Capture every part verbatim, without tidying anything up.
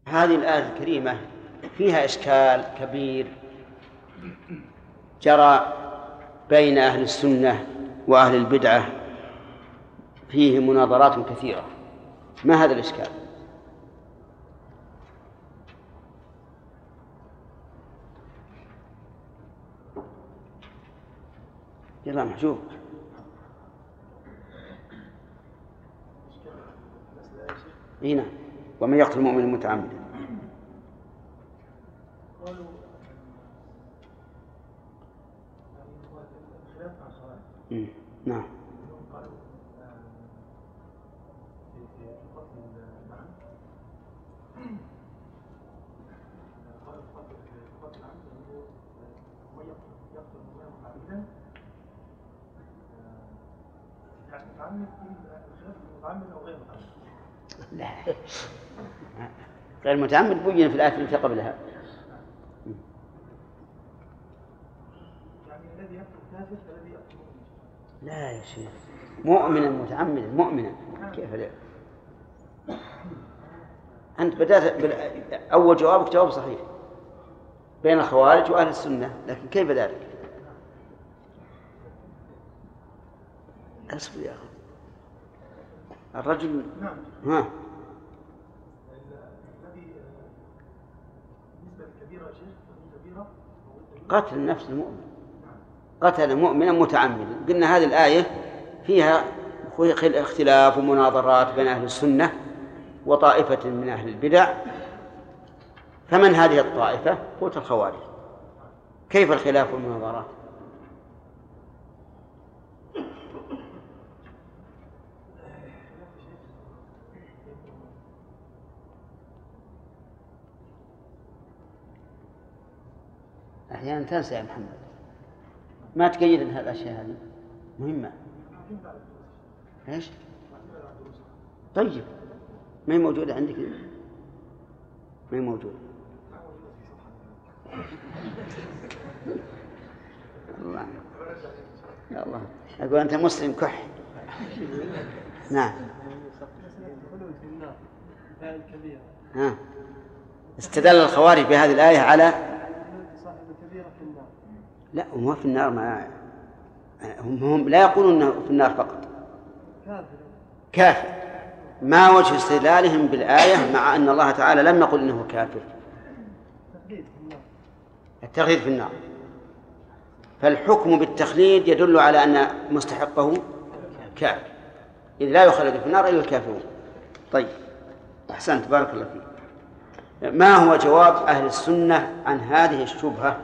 هذه الآية الكريمة فيها إشكال كبير جرى بين أهل السنة وأهل البدعة، فيه مناظرات كثيرة. ما هذا الإشكال؟ يلا محجوب. هنا ومن يقتل المؤمن متعمدا. نعم. لا غير متعمد بين في الآية التي قبلها. يعني الذي يقتل كافر الذي يقتل مؤمن. لا يا شيخ، مؤمنا متعمدا مؤمنا كيف لا؟ أنت بدأت أول جوابك جواب صحيح بين الخوارج وأهل السنة، لكن كيف ذلك؟ أصبر يا أخي. الرجل نعم. ها الذي بالنسبة للكبيرة يا شيخ الكبيرة قتل النفس المؤمن، قتل مؤمنا متعمدا. قلنا هذه الآية فيها اختلاف ومناظرات بين أهل السنة وطائفة من أهل البدع. فمن هذه الطائفة؟ قلت الخوارج. كيف الخلاف والمناظرات؟ أحيانا تنسى يا محمد، ما تقيد هذه الأشياء هذه مهمة. إيش؟ طيب ما هي موجودة عندك؟ ما هي موجودة. الله يا الله، أقول أنت مسلم كح. نعم. ها استدل الخوارج بهذه الآية على لا هم في النار، ما هم, هم لا يقولون أنه في النار فقط كافر. ما وجه استدلالهم بالآية مع أن الله تعالى لم يقل إنه كافر؟ التغيير في النار. فالحكم بالتخليد يدل على أن مستحقه كافر، إذ لا يخلد في النار إلا الكافرون. طيب أحسنت بارك الله فيك. ما هو جواب أهل السنة عن هذه الشبهة؟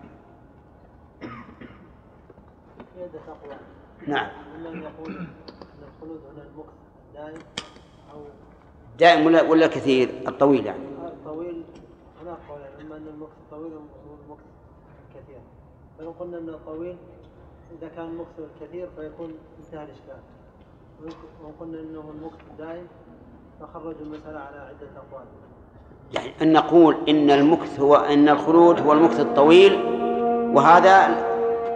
نعم. من يقول أن الخلود هنا المكث دائم أو دائم ولا ولا كثير؟ الطويل يعني. الطويل هناك قول، إما أن المكث الطويل والمكث الكثير. فلو قلنا أن الطويل إذا كان المكث الكثير فيكون انتهى الإشكال، وقلنا أنه المكث دائم فخرجوا المسألة على عدة أقوال. يعني أن نقول إن المكث هو أن الخلود هو المكث الطويل، وهذا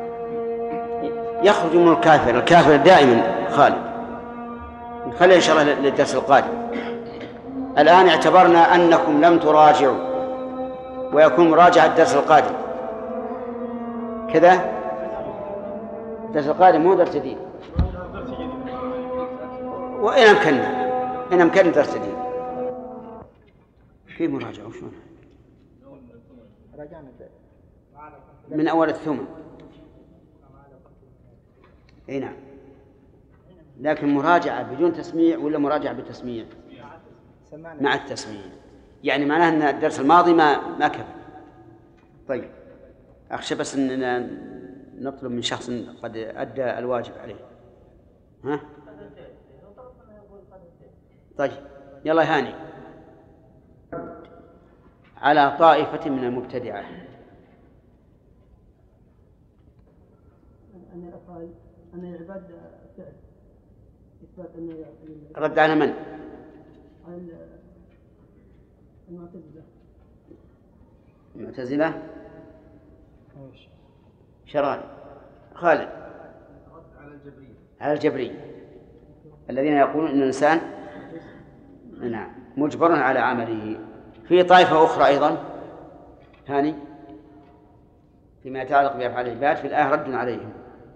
يخرج من الكافر. الكافر دائما خالد. خلي إن شاء الله للدرس القادم. الآن اعتبرنا أنكم لم تراجعوا، ويكون مراجعة الدرس القادم كذا. الدرس القادم مو درس جديد، وإن أمكننا إن أمكننا درس جديد. كيف مراجعة وشون؟ من أول الثمن. اي نعم، لكن مراجعة بدون تسميع ولا مراجعة بالتسميع؟ مع التسميع، يعني معناه أن الدرس الماضي ما ما كفى. طيب أخشى بس أننا نطلب من شخص قد أدى الواجب عليه. ها؟ طيب يلا هاني. على طائفة من المبتدعة أن أفعل أن العباد فعل إثبات أن رد على من؟ على المعتزلة. المعتزلة شرائع. خالد. رد على الجبرية. على الجبرية الذين يقولون أن الإنسان نعم مجبر على عمله. في طائفة أخرى أيضا ثاني فيما يتعلق بأفعال العباد في الآية رد عليهم.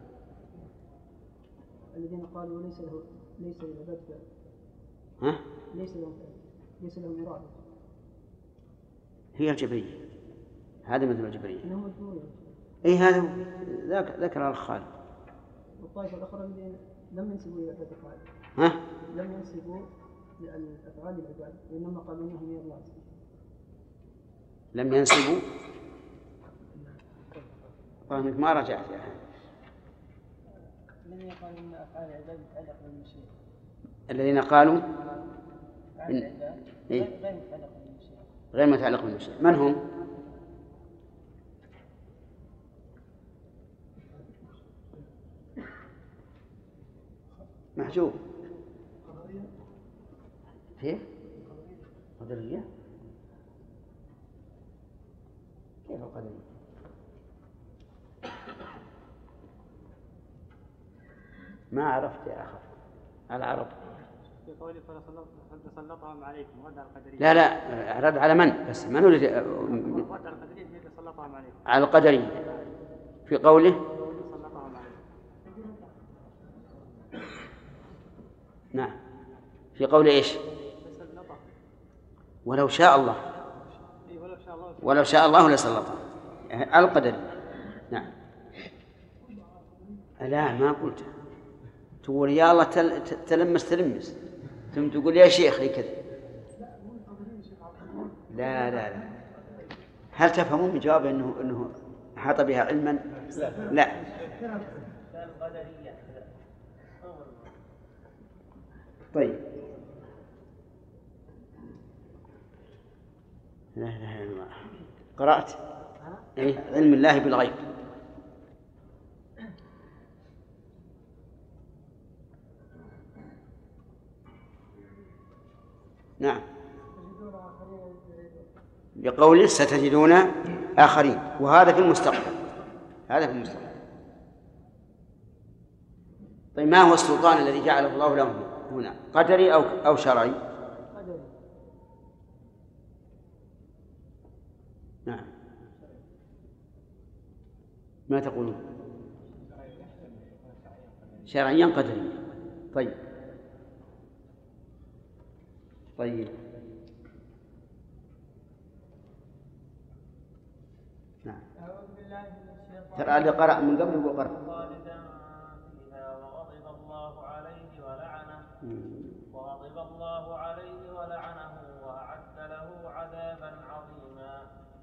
الذين قالوا ليس له ليس للعباد فعل. ها؟ ليس لهم فعل. ليس لهم إرادة. هي الجبرية، هذا مثل الجبرية. إنهم مجبورين. أي هذا ذكر الخالد. والطائفة الأخرى الذين لم ينسبوا إلى العباد الفعل. ها؟ لم ينسبوا لأفعال العباد وإنما قالوا إنهم يراد. لم ينسبوا. طيب ما رجعت يا أخي. الذين قالوا إن أفعال العباد تتعلق بالمشيئة. الذين قالوا أفعال العباد إيه؟ غير متعلقة بالمشيئة. غير متعلق بالمشيئة. من هم؟ محجوب. كيف؟ قدرية؟ كيف القدرية؟ ما عرفت يا أخي العرب. في قوله فسلطهم عليكم رد على القدرية. لا لا رد على من بس من هو اللي رد على القدرية هي فسلطهم عليكم. على القدرية في قوله سلطهم عليكم. نعم في قوله إيش؟ ولو شاء الله ولو شاء الله لسلطه على القدرية. نعم. لا ما قلت تقول يا الله تل... تلمس تلمس ثم تقول يا شيخ لي كذا. لا لا لا هل تفهمون من جواب انه انه احاط بها علما؟ لا. طيب لا اله الا الله. قرأت إيه؟ علم الله بالغيب. نعم بقول ستجدون آخرين وهذا في المستقبل. هذا في المستقبل. طيب ما هو السلطان الذي جعله الله لهم هنا؟ قدري أو أو شرعي؟ نعم. ما تقولون؟ شرعيا قدريا. طيب طيب نعم. ترى اللي قرأ من قبل يقول قرأ. خالدا فيها وغضب الله عليه ولعنه وغضب الله عليه ولعنه وأعد له عذابا عظيما.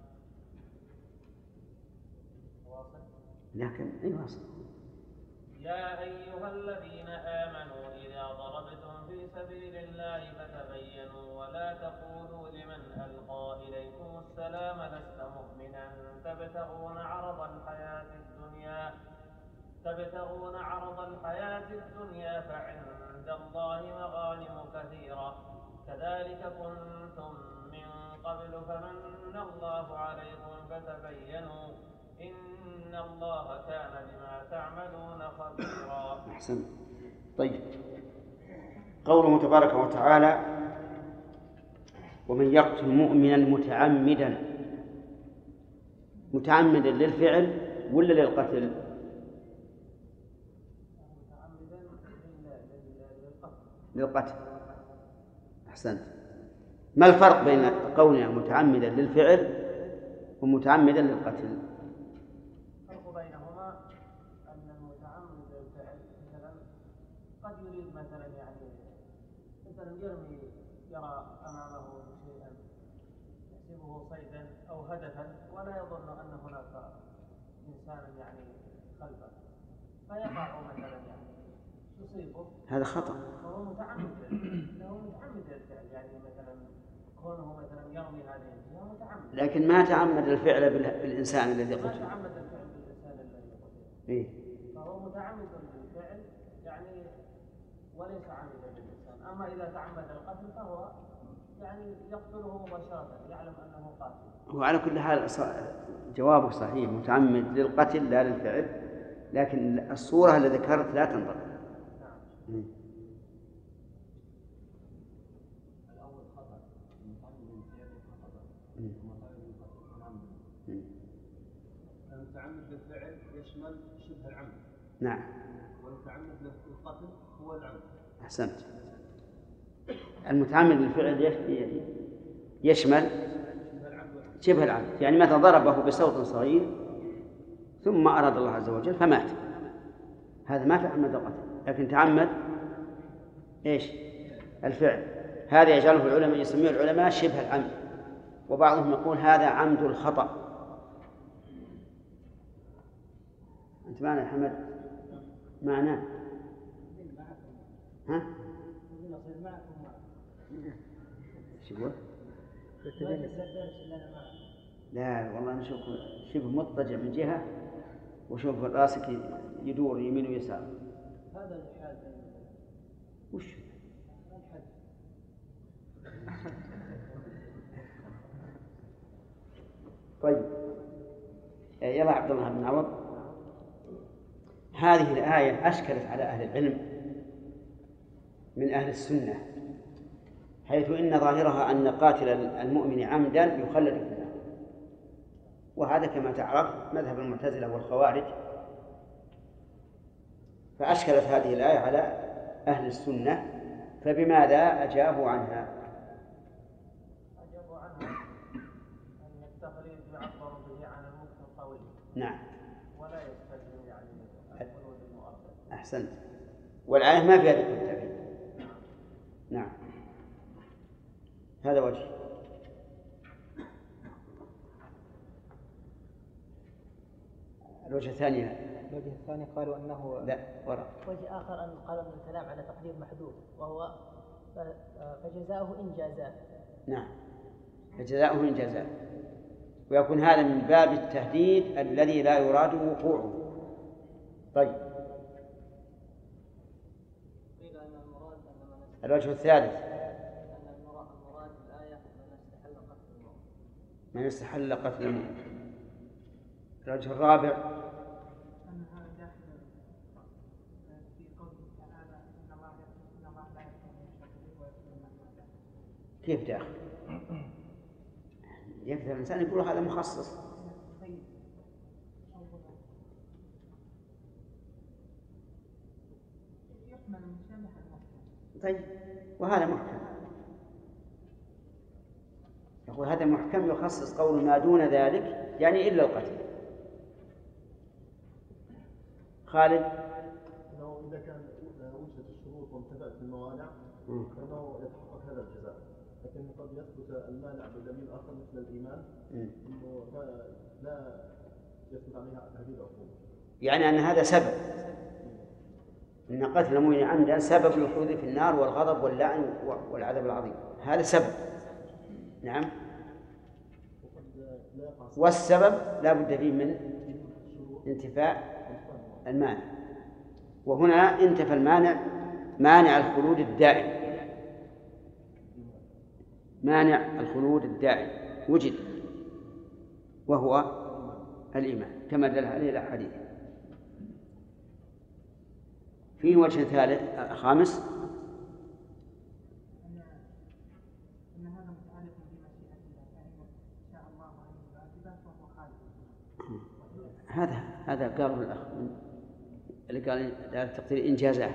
واصل؟ لكن أي واصل. يا أيها الذين آمنوا إذا ضربتم في سبيل الله فتبينوا ولا تقولوا لمن ألقى إليكم السلام لست مؤمنا تبتغون عرض الحياة الدنيا تبتغون عرض الحياة الدنيا فعند الله مغانم كثيرة كذلك كنتم من قبل فمن الله عليكم فتبينوا إن الله كان بما تعملون خبيرا. أحسن. طيب قوله تبارك وتعالى ومن يقتل مؤمنا متعمدا متعمدا للفعل ولا للقتل؟ للقتل. أحسنت. ما الفرق بين قولنا متعمدا للفعل ومتعمدا للقتل؟ الفرق بينهما أن المتعمد للفعل مثلا قد يريد مثلا يعني مثلا يرمي يرى أمامه شيئا يحسبه صيدا أو هدفا ولا يظن أن هناك إنسانا يعني خلفه فيقع مثلا يعني يصيبه. هذا خطأ. فهو متعمد له متعمد للفعل يعني مثلا كونه مثلا يرمي هذه الجهة متعمد. لكن ما تعمد الفعل بالإنسان الذي قتل. ما تعمد الفعل بالإنسان الذي قتل. إيه؟ فهو متعمد بالفعل يعني وليس عامدا بالإنسان. أما إذا تعمد القتل فهو يعني يقتله مباشرة يعلم أنه قاتل. وعلى كل حال جوابه صحيح متعمد للقتل لا للفعل لكن الصورة اللي ذكرت لا تنضبط. نعم. الأول خطأ متعمد للفعل خطأ يشمل شبه العمد. نعم. والمتعمد للقتل هو العمد. أحسنت. المتعمد للفعل يشمل شبه العمد، يعني مثلا ضربه بصوت صغير ثم أراد الله عز وجل فمات، هذا ما تعمد القتل، لكن تعمد إيش؟ الفعل. هذا يجعله العلماء يسميه العلماء شبه العمد، وبعضهم يقول هذا عمد الخطأ. أنت معنا يا حمد؟ معنا؟ ها؟ شو هو؟ لا والله نشوف شبه مضطجع من جهة وشوف راسك يدور يمين ويسار. هذا الحال. وش؟ طيب يلا عبد الله بن عوض، هذه الآية أشكلت على أهل العلم من أهل السنة، حيث إن ظاهرها أن قاتل المؤمن عمدا يخلد في النار، وهذا كما تعرف مذهب المعتزلة والخوارج، فأشكلت هذه الآية على أهل السنة، فبماذا أجابوا عنها؟ أجابوا عنها أن التقليد يعبر به عن المكث الطويل. نعم. ولا يستلزم يعني الخلود المؤقت. أحسنت. والآية ما فيها ذكر التأكيد. نعم. هذا وجه. الوجه الثاني. الوجه الثاني قالوا أنه لا وراء. وجه آخر أن قالوا أن الكلام على تقدير محدود، وهو فجزاؤه إن جازاه. نعم، فجزاؤه إن جازاه، ويكون هذا من باب التهديد الذي لا يراد وقوعه. طيب. الوجه الثالث من استحل قتل المؤمن. الوجه الرابع أنها داخل في قوله تعالى إن الله إن الله لا يغفر أن يشرك به ويغفر ما دون ذلك. كيف داخل؟ يكثر الإنسان يقول هذا مخصص. طيب وهذا محكم، يقول هذا محكم يخصص قول ما دون ذلك يعني إلا القتل. خالد. إنه إذا كان وجدت الشروط وانتفأت الموانع فإنه يتحقق هذا الجزاء، لكن قد يثبت المانع بدليل آخر مثل الإيمان إنه لا يثبت عليها تهديد عقوبة. يعني أن هذا سبب، إن قتل المؤمن عمدا سبب الخلود في النار والغضب واللعن والعذاب العظيم، هذا سبب. نعم. والسبب لا بد فيه من انتفاء المانع، وهنا انتفى المانع مانع الخلود الدائم، مانع الخلود الدائم وجد وهو الإيمان كما دل عليه الأحاديث. فيه وجه ثالث خامس أن هذا متعلق بمشيئة الله، يعني شاء الله أن يعذبه فهو خالد. هذا هذا قاله الأخ اللي قال لا التقدير إن جازاه.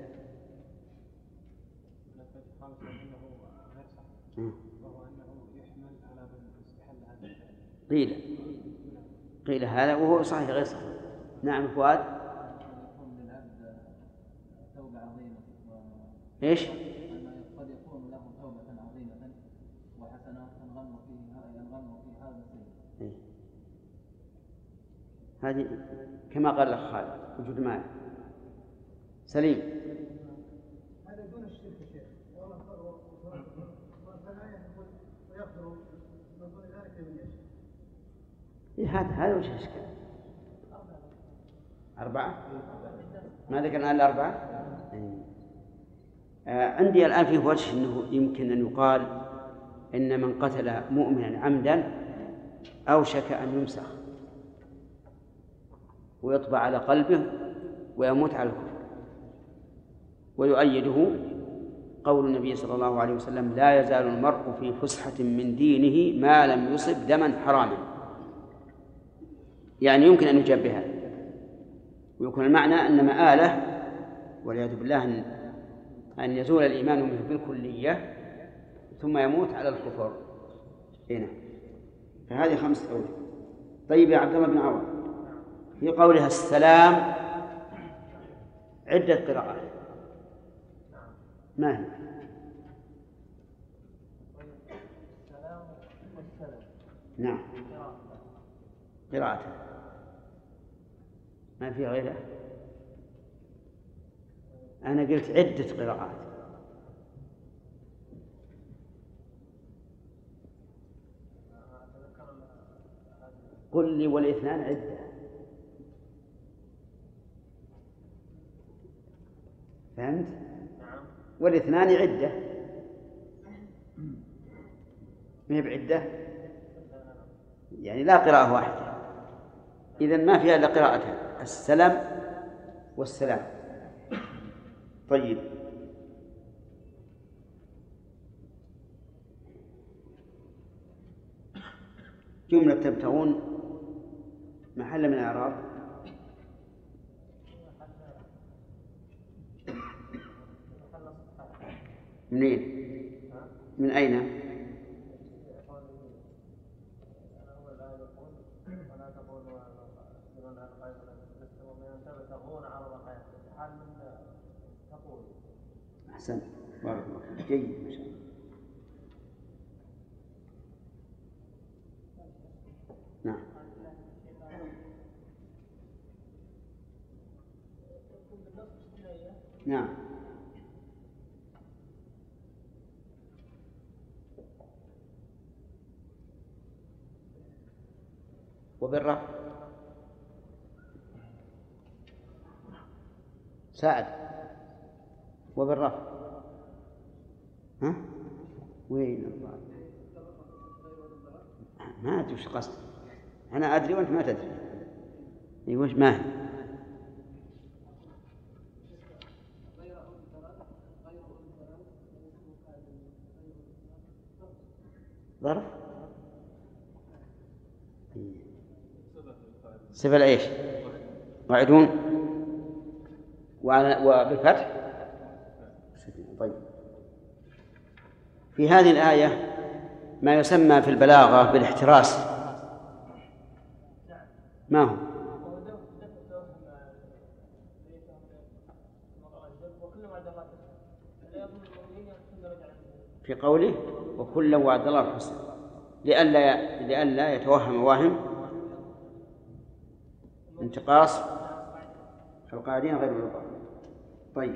وهو أنه يحمل على من استحل هذا الفعل. قيل قيل هذا وهو صحيح غير صحيح. نعم فؤاد. يكون للعبد توبة عظيمة. إيش؟ قد يكون له توبة عظيمة وحسنات ينغم فيها ينغم في هذا الشيء. هذه كما قال الأخ خالد وجود مال. سليم. هذا دون الشرك يا شيخ، والله ويغفر من دون ذلك لمن يشاء. هذا هذا وجه الإشكال. أربعة؟ ما ذكرنا إلا أربعة؟ آه عندي الآن فيه وجه أنه يمكن أن يقال إن من قتل مؤمنا عمدا أوشك أن يمسخ ويطبع على قلبه ويموت على الكفر، ويؤيده قول النبي صلى الله عليه وسلم لا يزال المرء في فسحة من دينه ما لم يصب دما حراما، يعني يمكن أن يجاب بها ويكون المعنى أن مآله والعياذ بالله أن أن يزول الإيمان منه بالكلية ثم يموت على الكفر. هنا فهذه خمسة أوجه. طيب يا عبد الله بن عوض، في قولها السلام عدة قراءات، ما هي؟ السلام والسلام. نعم قراءة، ما في غيرها. أنا قلت عدة قراءات. قل لي والاثنان عدة. فهمت؟ والاثنان عدة ما هي بعدة، يعني لا قراءة واحدة. إذن ما فيها إلا قراءتها السلام والسلام. طيب جملة تبتغون محل من الإعراب منين؟ من أين؟ أحسن بارك الله فيك. جيد ما شاء الله. نعم نعم وبالرفع ساعد وبالرفع. ها وين الله؟ ما أدري وش قصد. أنا أدري وأنت ما تدري. إيه وش ما هي؟ ظرف صفة العيش وعدون وبالفتح. طيب في هذه الآية ما يسمى في البلاغة بالاحتراس، ما هو؟ في قوله وكلا وعد الله الحسنى لئلا لئلا يتوهم واهم انتقاص القاعدين غير الرضا. طيب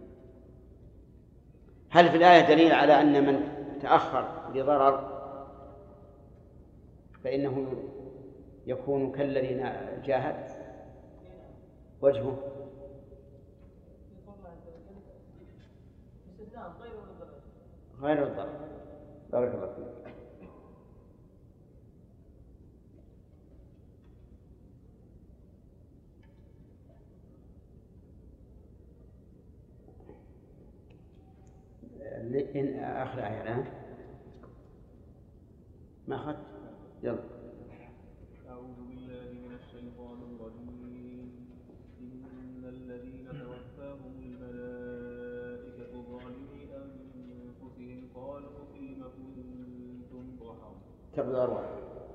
هل في الآية دليل على أن من تأخر لضرر فإنه يكون كالذي جاهد وجهه؟ غير الضرر. بارك الله فيك. إن آخر آية الآن ما أخذت يلا. أعوذ بالله من الشيطان الرجيم. إن الذين توفاهم الملائكة ظالمي أنفسهم قالوا فيم كنتم ضحى. تبدأ أرواح.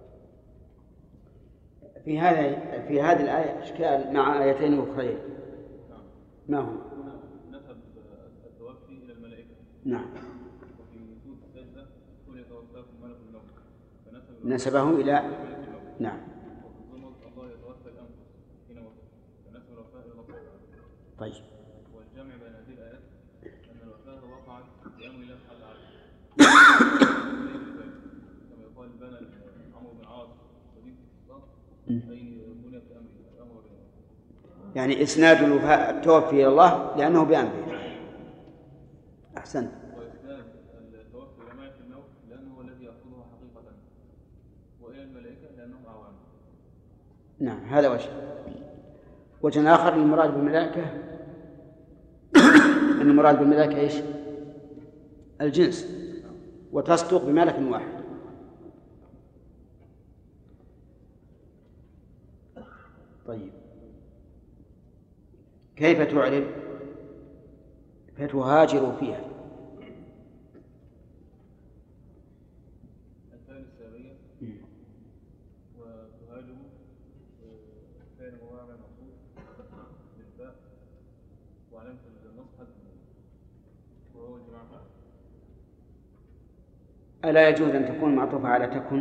في هذه في هذه الآية إشكال مع آيتين أخرين. ما هو؟ نسب التوفي إلى الملائكة. نعم. وفي سورة السجدة قل يتوفاكم ملك الموت نسبه إلى نعم. وفي الزمر الله يتوفى الأنفس حين موتها فنسب الوفاء إلى الله. طيب. والجمع بين هذه الآيات أن الوفاة وقعت بأمر الله سبحانه وتعالى. كما يقال بنى عمرو بن العاص صديق الصدق أي بني بأمر الأمر. يعني إسناد الوفاء التوفي إلى الله لأنه بأمره. أحسنت. وإسناد التوفي إلى ملك الموت لأنه هو الذي يأخذها حقيقة، وإلى الملائكة لأنهم أعوان. نعم هذا وجه. وجه آخر المراد بالملائكة أن المراد بالملائكة إيش؟ الجنس، وتصدق بملك واحد. طيب كيف تعرب؟ فتهاجروا فيها. الفعل السابية وتهاجروا فعل مضارع منصوب بالفاء وعلامة النصب حذف وهو الجماعة فعل. ألا يجوز أن تكون معطوفة على تكن؟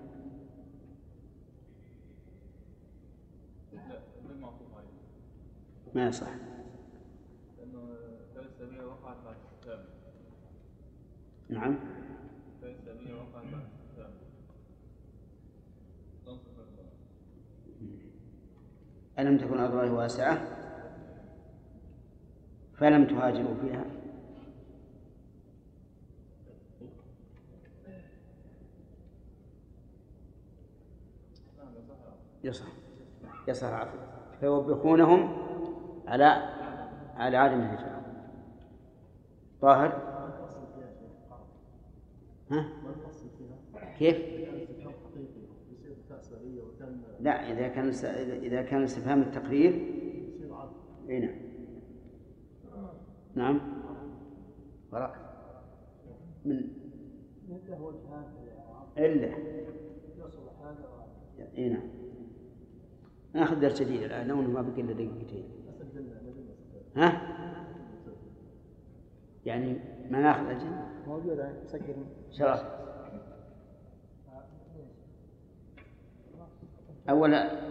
لا، غير معطوف عليه. ما يصح. لأنه الفعل السابية وقعت بعد التام. نعم. الفعل السابية وقعت بعد التام. تنصب الفعل. ألم تكن أرض الله واسعة فلم تهاجروا فيها. يصح يصح عفوا فيوبخونهم على على عدم الهجرة. طاهر ها؟ كيف؟ لا، إذا كان إذا كان استفهام التقرير إيه نعم. نعم وراء من إلا إيه نعم. ناخذ درس جديد الآن لو ما بقي إلا دقيقتين. ها؟ يعني ما ناخذ أجل موجودة سجل شرف. أول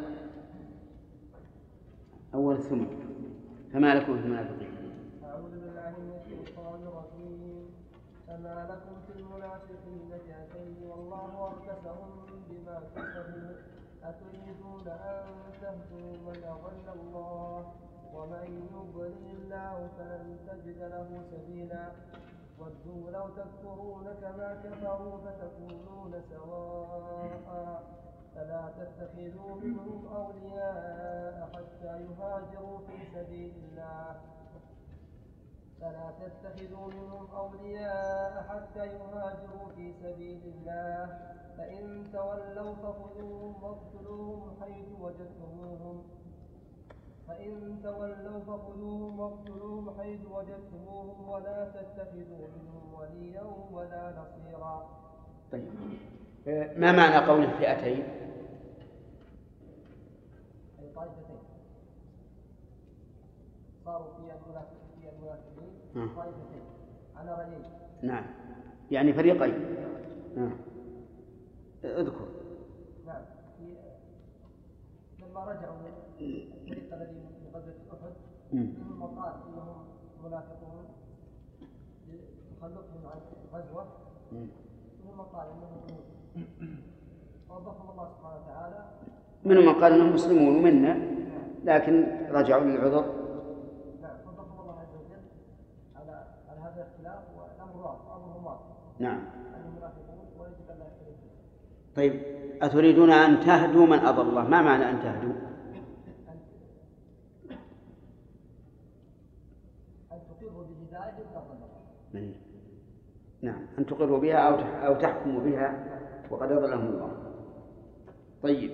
أول ثم فما لكم في المنافقين. أعوذ بالله من الشيطان الرجيم. فما لكم في المنافقين فئتين والله أركسهم بما كسبوا أتريدون أن تهدوا من أضل الله ومن يضلل الله فلن تجد له سبيلا. ودوا لو تكفرون كما كفروا فتكونون سواء فلا تتخذوا منهم أولياء حتى يهاجروا في سبيل الله فلا تتخذوا منهم أولياء حتى يهاجروا في سبيل الله فإن تولوا فخذوهم واقتلوهم حيث وجدتموهم فإن تولوا فخذوهم واقتلوهم حيث وجدتموهم ولا تتخذوا منهم وليا ولا نصيرا. طيب ما معنى قول الفئتين؟ أي طائفتين صاروا في المنافقين طائفتين على رأيين. نعم يعني فريقين. نعم اذكر. نعم لما رجعوا من الفريق الذي من غزوة أحد منهم قال إنهم منافقون لتخلفهم عن الغزوة منهم قال إنهم ووضحهم الله سبحانه وتعالى. منهم من قال إنهم مسلمون منا لكن رجعوا للعذر. نعم وضحهم الله عز وجل على على هذا الاختلاف والأمر واضح أمرهم واضح. نعم. أنهم منافقون ويجب أن لا يختلفوا. طيب أتريدون أن تهدوا من أضل الله؟ ما معنى أن تهدوا؟ أن تقروا بهداية من أضل الله. نعم أن تقروا بها أو أو تحكموا بها وقد أضلهم الله. طيب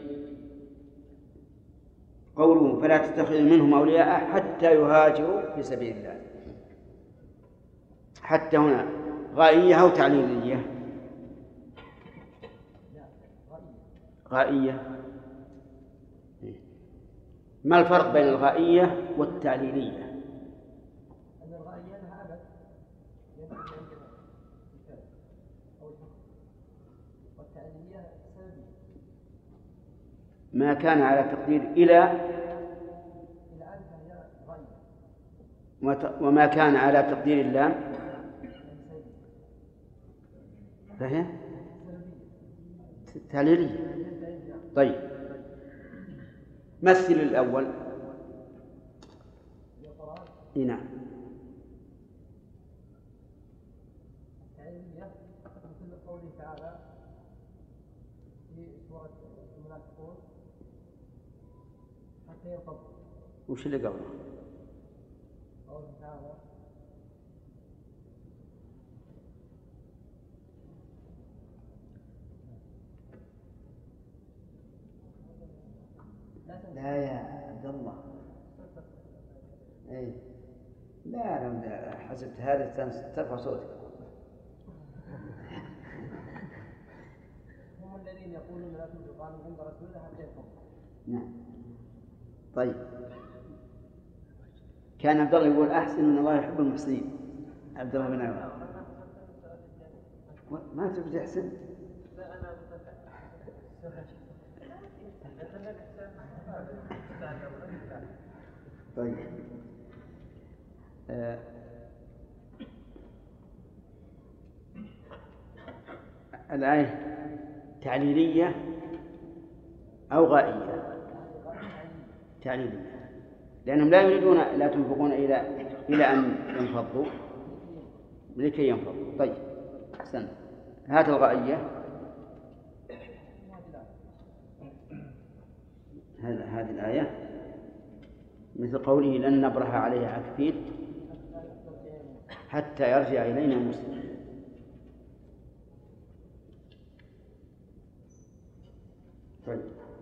قوله فلا تتخذوا منهم أولياء حتى يهاجروا في سبيل الله. حتى هنا غائية أو تعليلية؟ غائية. ما الفرق بين الغائية والتعليلية؟ أن الغائية لها أبد والتعليلية سببية. ما كان على تقدير إلى إلى أن فهي غائية وما كان على تقدير اللام فهي تعليلية. طيب مثل الأول. نعم. التعليلية مثل قوله تعالى في سورة المنافقون حتى يرتضوا. وش اللي قبله؟ قوله تعالى لا يا عبد الله أنا حسبت هذه ترفع صوتك. هم الذين يقولون لا تنفق عنهم عند رسول الله حتى يفهم. نعم. طيب، كان عبد الله يقول أحسن إن الله يحب المحسنين. عبد الله بن عمر ما تبدي أحسن. طيب، آه. الآية تعليلية أو غائية؟ تعليلية، لأنهم لا يريدون لا تنفقون إلى إلى أن ينفضوا لكي ينفضوا. طيب أحسن، هات الغائية. هذه الآية مثل قوله لن نبرح عليها عاكفين حتى يرجع إلينا موسى. طيب،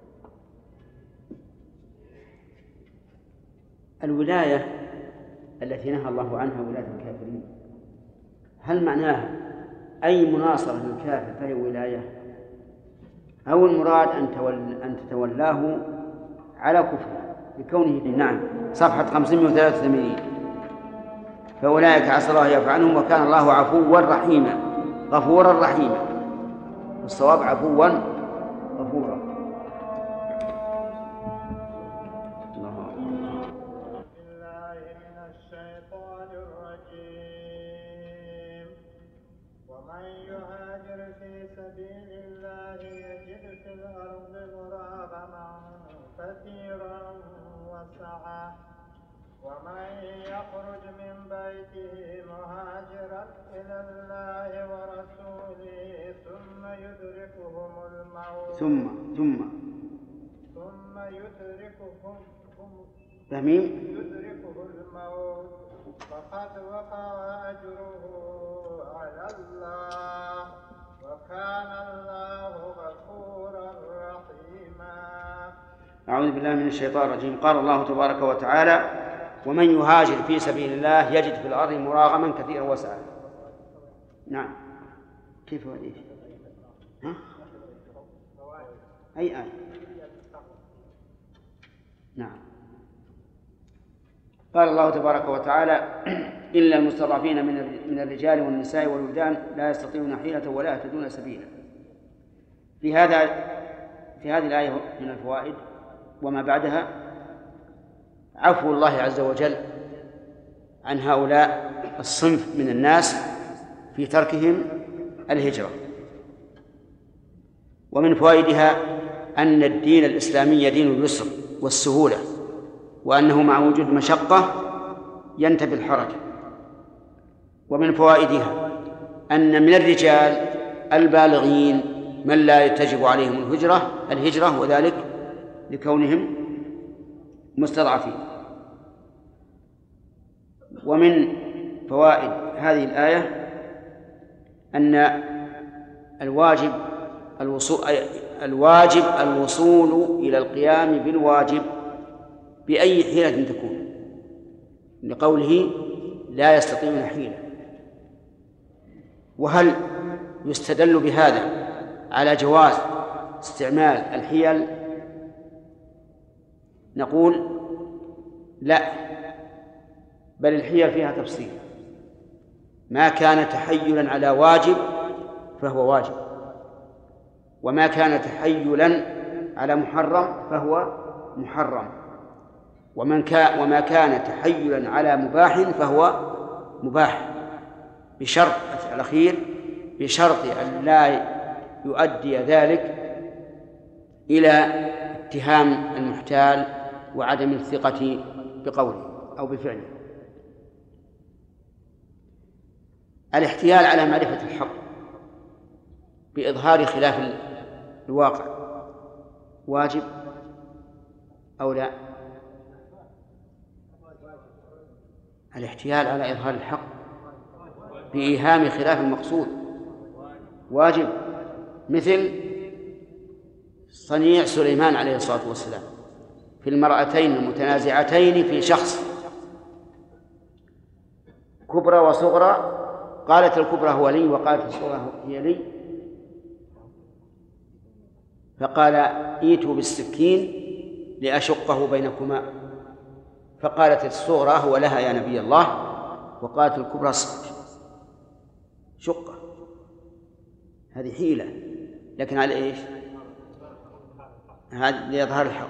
الولاية التي نهى الله عنها ولاية الكافرين، هل معناها أي مناصرة للكافر فهي ولاية، أو المراد أن, تول... أن تتولاه على كفره لكونه؟ نعم، صفحة خمسمائة وثلاثة وثمانين. فأولئك عسى الله يعفو عنهم وكان الله عفوا رحيما غفورا رحيما. الصواب عفوا غفورا. كثيرا وسعة ومن يخرج من بيته مهاجرا إلى الله ورسوله ثم يدركهم الموت ثم ثم ثم يدركهم تميم يدركه الموت فقد وقع أجره على الله وكان الله غفورا رحيما. أعوذ بالله من الشيطان الرجيم. قال الله تبارك وتعالى ومن يهاجر في سبيل الله يجد في الأرض مراغما كثيرا وسعا. نعم، كيف وليش؟ ها؟ أي آية؟ نعم، قال الله تبارك وتعالى إلا المستضعفين من الرجال والنساء والولدان لا يستطيعون حيلة ولا يهتدون سبيلا. في هذا في هذه الآية من الفوائد وما بعدها عفو الله عز وجل عن هؤلاء الصنف من الناس في تركهم الهجرة. ومن فوائدها أن الدين الإسلامي دين اليسر والسهولة، وأنه مع وجود مشقة ينتفي الحرج. ومن فوائدها أن من الرجال البالغين من لا تجب عليهم الهجرة الهجرة وذلك لكونهم مستضعفين. ومن فوائد هذه الآية أن الواجب الوصول الواجب الوصول إلى القيام بالواجب بأي حيلة تكون، لقوله لا يستطيعون حيلة. وهل يستدل بهذا على جواز استعمال الحيل؟ نقول لا، بل الحيل فيها تفصيل. ما كان تحيلا على واجب فهو واجب، وما كان تحيلا على محرم فهو محرم، ومن كان وما كان تحيلا على مباح فهو مباح، بشرط الأخير بشرط أن لا يؤدي ذلك إلى اتهام المحتال وعدم الثقة بقوله أو بفعله. الاحتيال على معرفة الحق بإظهار خلاف الواقع واجب أو لا؟ الاحتيال على إظهار الحق بإيهام خلاف المقصود واجب، مثل صنيع سليمان عليه الصلاة والسلام في المرأتين المتنازعتين في شخص، كبرى وصغرى، قالت الكبرى هو لي وقالت الصغرى هي لي، فقال ائتوا بالسكين لأشقه بينكما، فقالت الصغرى هو لها يا نبي الله، وقالت الكبرى شقة. هذه حيلة، لكن على إيش؟ هذا ليظهر الحق.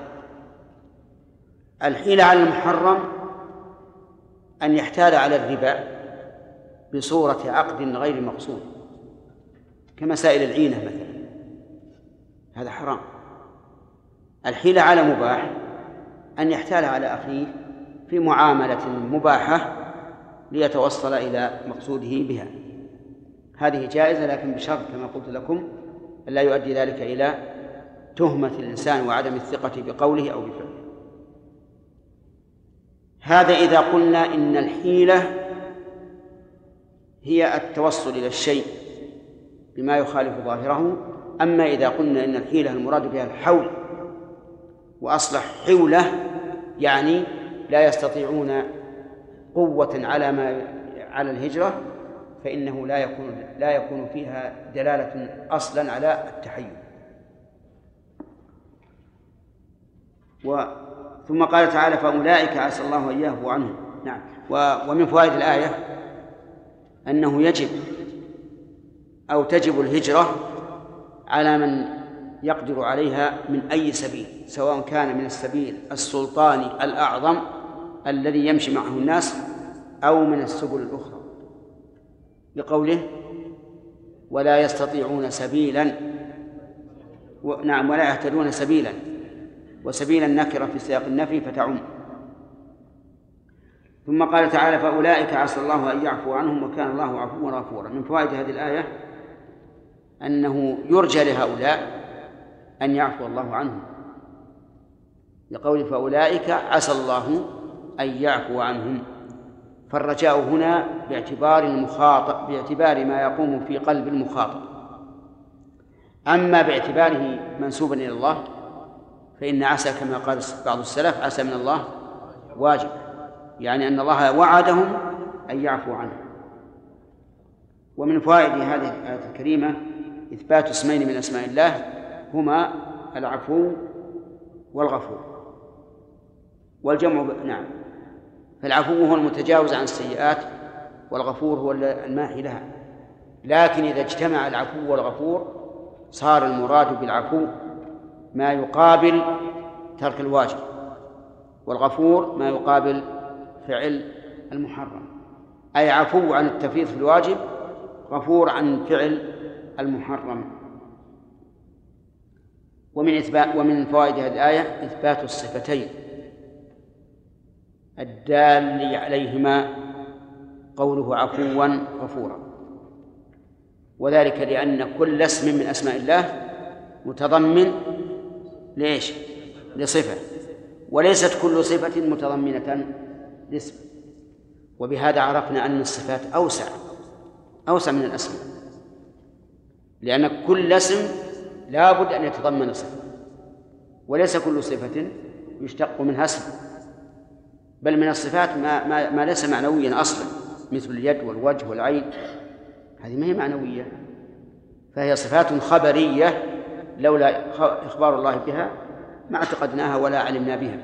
الحيلة على المحرم أن يحتال على الربا بصورة عقد غير مقصود كمسائل العينة مثلا، هذا حرام. الحيلة على مباح أن يحتال على أخيه في معاملة مباحة ليتوصل إلى مقصوده بها، هذه جائزة، لكن بشرط كما قلت لكم ألا يؤدي ذلك إلى تهمة الإنسان وعدم الثقة بقوله أو بفعله. هذا إذا قلنا إن الحيلة هي التوصل إلى الشيء بما يخالف ظاهره. أما إذا قلنا إن الحيلة المراد بها الحول، وأصلح حولة يعني لا يستطيعون قوة على ما على الهجرة، فإنه لا يكون لا يكون فيها دلالة أصلا على التحيل. و ثم قال تعالى فأولئك عسى الله أن يعفو عنهم. نعم. ومن فوائد الآية أنه يجب أو تجب الهجرة على من يقدر عليها من أي سبيل، سواء كان من السبيل السلطاني الأعظم الذي يمشي معه الناس أو من السبل الأخرى، لقوله ولا يستطيعون سبيلا و... نعم ولا يهتدون سبيلا، وسبيلا نكرة في سياق النفي فتعم. ثم قال تعالى فأولئك عسى الله أن يعفو عنهم وكان الله عفوا غفورا. من فوائد هذه الآية أنه يرجى لهؤلاء أن يعفو الله عنهم، لقول فأولئك عسى الله أن يعفو عنهم، فالرجاء هنا باعتبار المخاطب، باعتبار ما يقوم في قلب المخاطب. أما باعتباره منسوبا إلى الله فإن عسى كما قال بعض السلف عسى من الله واجب، يعني أن الله وعدهم أن يعفو عنه. ومن فوائد هذه الآية الكريمة إثبات اسمين من أسماء الله هما العفو والغفور، والجمع ب... نعم. فالعفو هو المتجاوز عن السيئات، والغفور هو الماحي لها. لكن إذا اجتمع العفو والغفور صار المراد بالعفو ما يقابل ترك الواجب، والغفور ما يقابل فعل المحرم، أي عفو عن التفريط في الواجب، غفور عن فعل المحرم. ومن إثبات ومن فوائد هذه الآية إثبات الصفتين الدال عليهما قوله عفوا غفورا، وذلك لأن كل اسم من أسماء الله متضمن ليش؟ لصفة، وليست كل صفة متضمنة لاسم. وبهذا عرفنا أن الصفات أوسع أوسع من الأسماء، لأن كل اسم لا بد أن يتضمن صفة، وليس كل صفة يشتق منها اسم، بل من الصفات ما, ما, ما ليس معنويا أصلا، مثل اليد والوجه والعين، هذه ما هي معنوية، فهي صفات خبرية لولا إخبار الله بها ما اعتقدناها ولا علمنا بها.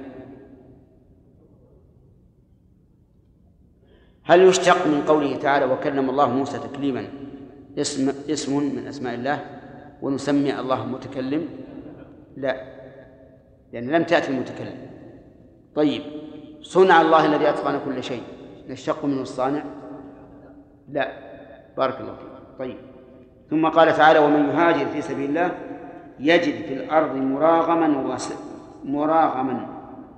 هل يشتق من قوله تعالى وكلم الله موسى تكليما اسم, اسم من أسماء الله ونسمي الله متكلم؟ لا، لأن لم تأتي المتكلم. طيب صنع الله الذي أتقن كل شيء يشتق منه الصانع؟ لا، بارك الله فيك. طيب ثم قال تعالى ومن يهاجر في سبيل الله يجد في الأرض مراغما وس... مراغما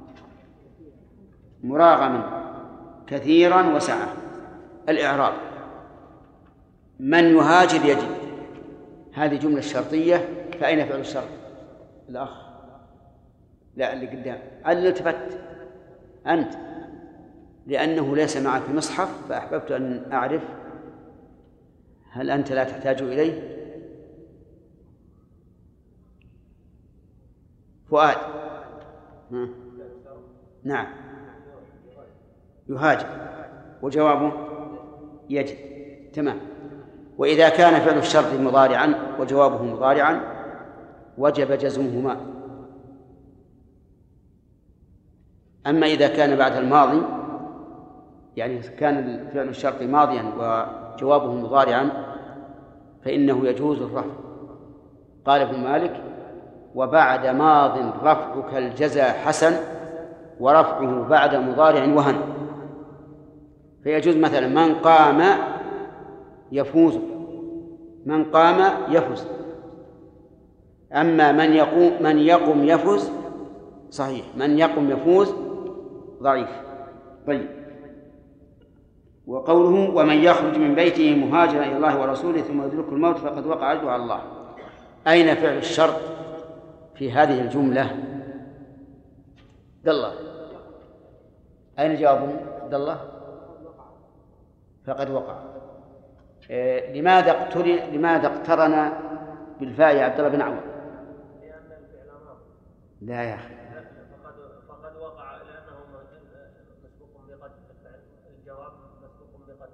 مراغما كثيرا وسعة. الإعراب من يهاجر يجد، هذه جملة شرطية، فأين فعل الشرط؟ الأخ لا اللي قدام اللي التفت أنت، لأنه ليس معك مصحف فأحببت أن أعرف هل أنت لا تحتاج إليه؟ فؤاد ها. نعم يهاجر، وجوابه يجد. تمام. وإذا كان فعل الشرط مضارعا وجوابه مضارعا وجب جزمهما. أما إذا كان بعد الماضي، يعني كان فعل الشرط ماضيا وجوابه مضارعا، فإنه يجوز الرفع. قال ابن مالك: وبعد ماض رفعك الجزاء حسن، ورفعه بعد مضارع وهن. فيجوز مثلا من قام يفوز، من قام يفوز. أما من يقوم من يقم يفوز صحيح، من يقم يفوز ضعيف. طيب. وقوله: ومن يخرج من بيته مهاجرا إلى الله ورسوله ثم يدركه الموت فقد وقع أجره على الله. أين فعل الشرط في هذه الجملة؟ دالله. أين جوابه؟ دالله. فقد وقع. إيه لماذا اقترن لماذا اقترن بالفاء يا عبد الله بن عوض؟ لأن الفعل ماضي. لا يا أخي. فقد فقد وقع لأنه مسبوق بقد. الجواب مسبوق بقد.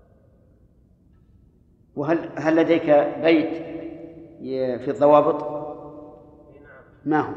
وهل هل لديك بيت في الضوابط؟ نعم. ما هو؟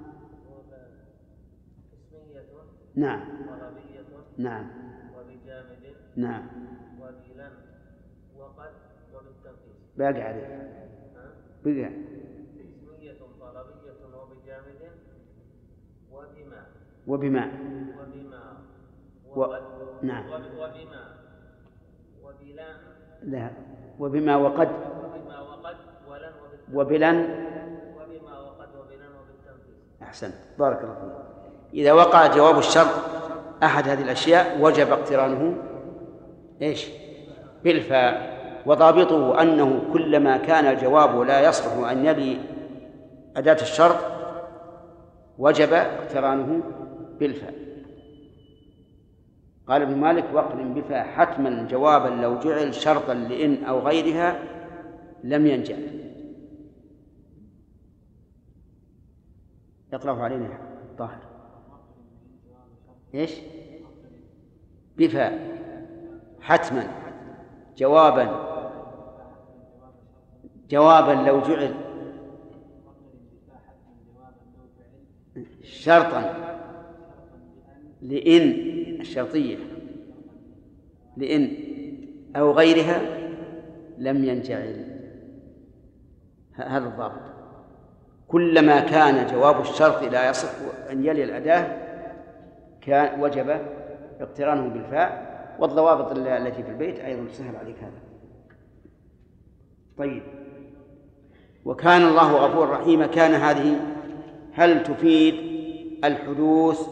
اسمية. نعم. طلبية. نعم. وبجامد. نعم. وبلن وقد وبالتنفيذ. باقي عليه. بقى. اسمية طلبية وبجامد وبما. وبما. وبما. و... نعم. وبما. وبلن. لا. وبما وقد. وبما وقد ولن وبلن. وبما وقد وبلن وبالتنفيذ. أحسنت، بارك الله فيك. إذا وقع جواب الشرط أحد هذه الأشياء وجب اقترانه إيش؟ بالفاء. وضابطه أنه كلما كان الجواب لا يصلح أن يلي أداة الشرط وجب اقترانه بالفاء. قال ابن مالك: واقرن بفاء حتما جوابا لو جعل شرطا لإن أو غيرها لم ينجع. يقرأه علينا طاهر. إيش؟ بفاء حتما جوابا جوابا لو جعل شرطا لإن الشرطية لإن أو غيرها لم ينجعل. هذا الضابط. كلما كان جواب الشرط لا يصح أن يلي الأداة كان وجب اقترانه بالفاء. والضوابط التي في البيت أيضا تسهل عليك هذا. طيب. وكان الله غفور رحيما. كان هذه هل تفيد الحدوث؟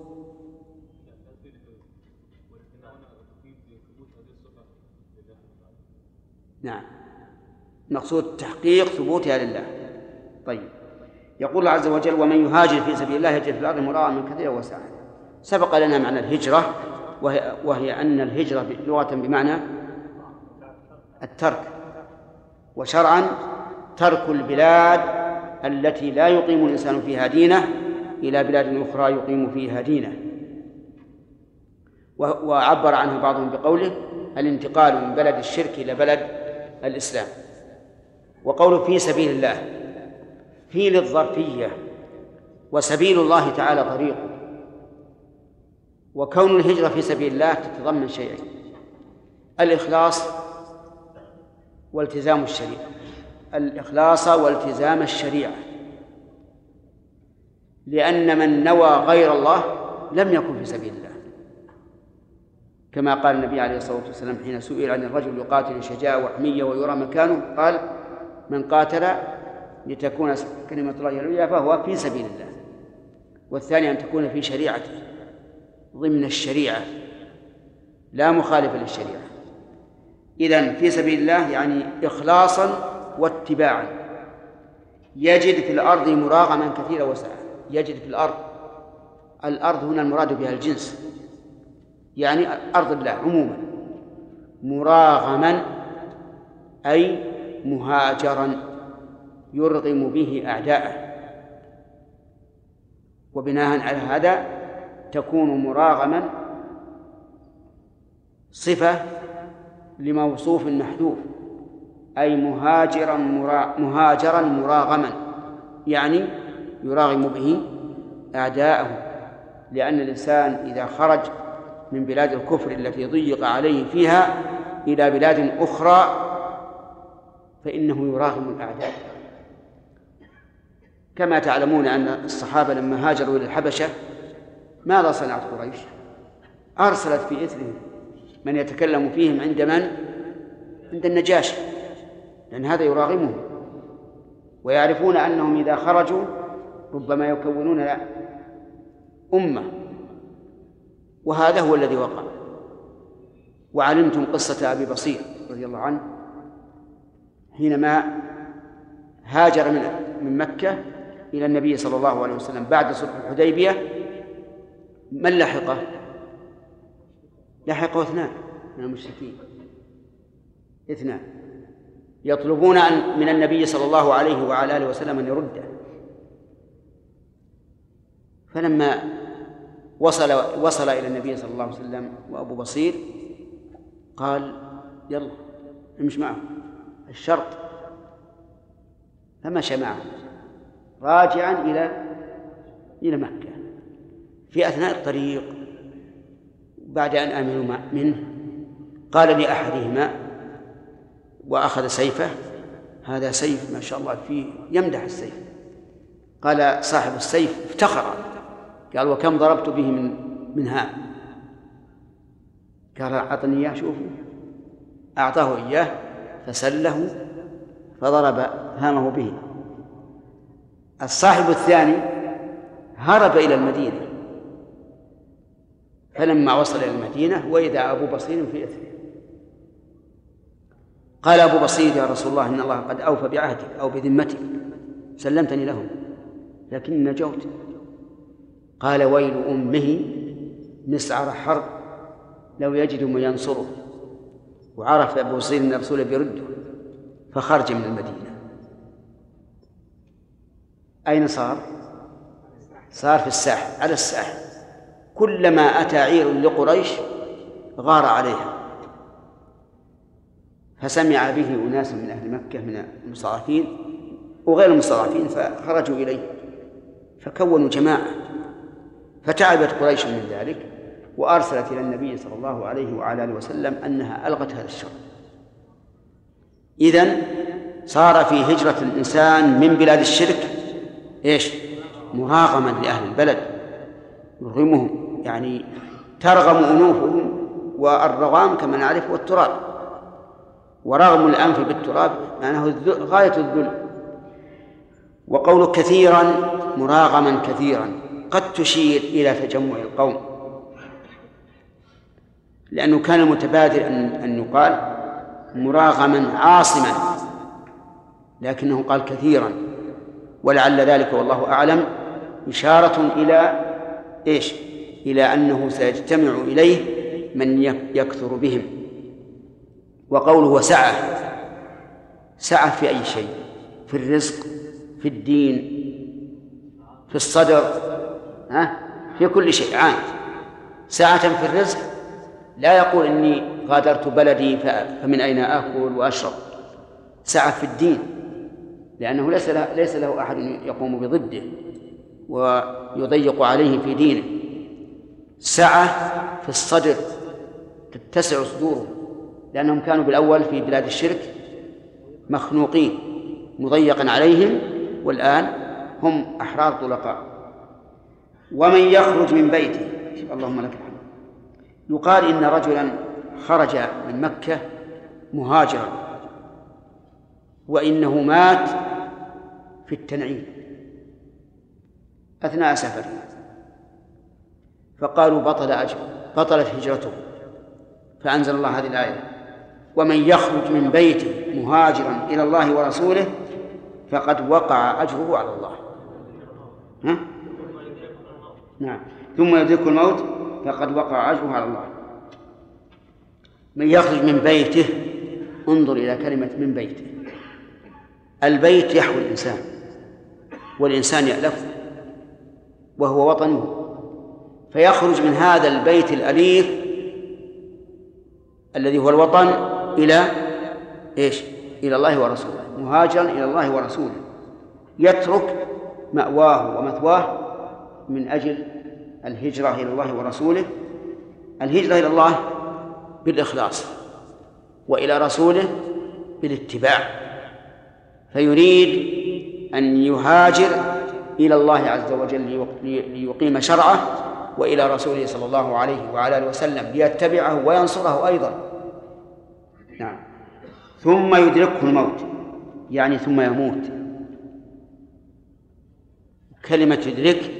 نعم، مقصود تحقيق ثبوتها لله. طيب. يقول الله عز وجل: ومن يهاجر في سبيل الله يجد في الأرض مراغما كثيرا وسعة. سبق لنا معنى الهجرة، وهي, وهي أن الهجرة لغة بمعنى الترك، وشرعا ترك البلاد التي لا يقيم الإنسان فيها دينه إلى بلاد أخرى يقيم فيها دينه. وعبر عنه بعضهم بقوله: الانتقال من بلد الشرك إلى بلد الإسلام. وقوله في سبيل الله في للظرفية، وسبيل الله تعالى طريقه. وكون الهجرة في سبيل الله تتضمن شيئين: الإخلاص والتزام الشريعة الإخلاص والتزام الشريعة لأن من نوى غير الله لم يكن في سبيل الله، كما قال النبي عليه الصلاة والسلام حين سئل عن الرجل يقاتل شجاعة وحمية ويرى مكانه، قال: من قاتل لتكون كلمة الله العليا فهو في سبيل الله. والثاني أن تكون في شريعته ضمن الشريعة لا مخالفة للشريعة. إذن في سبيل الله يعني إخلاصا واتباعا. يجد في الأرض مراغما كثيرا وسعة. يجد في الأرض، الأرض هنا المراد بها الجنس، يعني أرض الله عموما. مراغما أي مهاجرا يرغم به أعداءه. وبناء على هذا تكون مراغما صفة لموصوف محذوف، أي مهاجرا مرا... مهاجرا مراغما، يعني يراغم به أعداءه، لأن الإنسان إذا خرج من بلاد الكفر التي ضيق عليه فيها إلى بلاد أخرى فإنه يراغم الأعداء. كما تعلمون أن الصحابة لما هاجروا إلى الحبشة ماذا صنعت قريش؟ أرسلت في إثرهم من يتكلم فيهم عند من؟ عند النجاشي، لأن هذا يراغمهم، ويعرفون أنهم إذا خرجوا ربما يكونون أمة، وهذا هو الذي وقع. وعلمتم قصة أبي بصير رضي الله عنه حينما هاجر من من مكة إلى النبي صلى الله عليه وسلم بعد صلح الحديبية. من لحقه؟ لحقه اثنان من المشركين، اثنان يطلبون أن من النبي صلى الله عليه وعلى آله وسلم أن يرده. فلما وصل وصل إلى النبي صلى الله عليه وسلم وأبو بصير قال يلا امشي معه الشرط، فمشى معه راجعا إلى إلى مكة. في أثناء الطريق بعد أن آمنوا منه قال لأحدهما وأخذ سيفه، هذا سيف ما شاء الله فيه، يمدح السيف. قال صاحب السيف افتخر، قال وكم ضربت به من من هام؟ قال أعطني إياه شوفوا. أعطاه إياه فسله فضرب هامه به. الصاحب الثاني هرب إلى المدينة، فلما وصل إلى المدينة وإذا أبو بصير في إثره. قال أبو بصير يا رسول الله إن الله قد أوفى بعهدك أو بذمتك، سلمتني لهم لكن نجوت. قال ويل أمه مسعر حرب لو يجد من ينصره. وعرف أبو بصير أن الرسول بيرده فخرج من المدينة. أين صار؟ صار في الساحل، على الساحل. كلما أتى عير لقريش غار عليها، فسمع به أناس من أهل مكة من المستضعفين وغير المستضعفين فخرجوا إليه فكونوا جماعة، فتعبت قريش من ذلك وأرسلت إلى النبي صلى الله عليه وعلى آله وسلم أنها ألغت هذا الشر. إذن صار في هجرة الإنسان من بلاد الشرك إيش؟ مراغما لأهل البلد، يرغمهم، يعني ترغم أنوفهم، والرغام كما نعرف هو التراب، ورغم الأنف بالتراب معناه غاية الذل. وقول كثيرا مراغما كثيرا قد تشير إلى تجمع القوم، لأنه كان المتبادر أن يقال مراغما عاصما، لكنه قال كثيرا، ولعل ذلك والله أعلم إشارة إلى إيش؟ إلى أنه سيجتمع إليه من يكثر بهم. وقوله وسعة، سعة في أي شيء، في الرزق، في الدين، في الصدر، ها؟ في كل شيء عام. سعة في الرزق لا يقول إني غادرت بلدي فمن أين آكل وأشرب. سعة في الدين لأنه ليس له, ليس له أحد يقوم بضده ويضيق عليه في دينه. سعة في الصدر، تتسع صدوره، لأنهم كانوا بالأول في بلاد الشرك مخنوقين مضيقا عليهم، والآن هم أحرار طلقاء. ومن يخرج من بيته، اللهم لك الحمد. يقال إن رجلا خرج من مكة مهاجرا وإنه مات في التنعيم أثناء سفره، فقالوا بطل أجر بطلت هجرته، فأنزل الله هذه الآية ومن يخرج من بيته مهاجرا إلى الله ورسوله فقد وقع أجره على الله. ها؟ نعم. ثم يدرك الموت فقد وقع أجره على الله. من يخرج من بيته، انظر إلى كلمة من بيته. البيت يحوي الإنسان والإنسان يألفه وهو وطنه، فيخرج من هذا البيت الأليف الذي هو الوطن إلى إيش؟ إلى الله ورسوله، مهاجرا إلى الله ورسوله، يترك مأواه ومثواه من أجل الهجرة إلى الله ورسوله. الهجرة إلى الله بالإخلاص، وإلى رسوله بالاتباع، فيريد أن يهاجر إلى الله عز وجل ليقيم شرعه، وإلى رسوله صلى الله عليه وعلى آله وسلم ليتبعه وينصره أيضا. نعم. ثم يدركه الموت، يعني ثم يموت. كلمة يدرك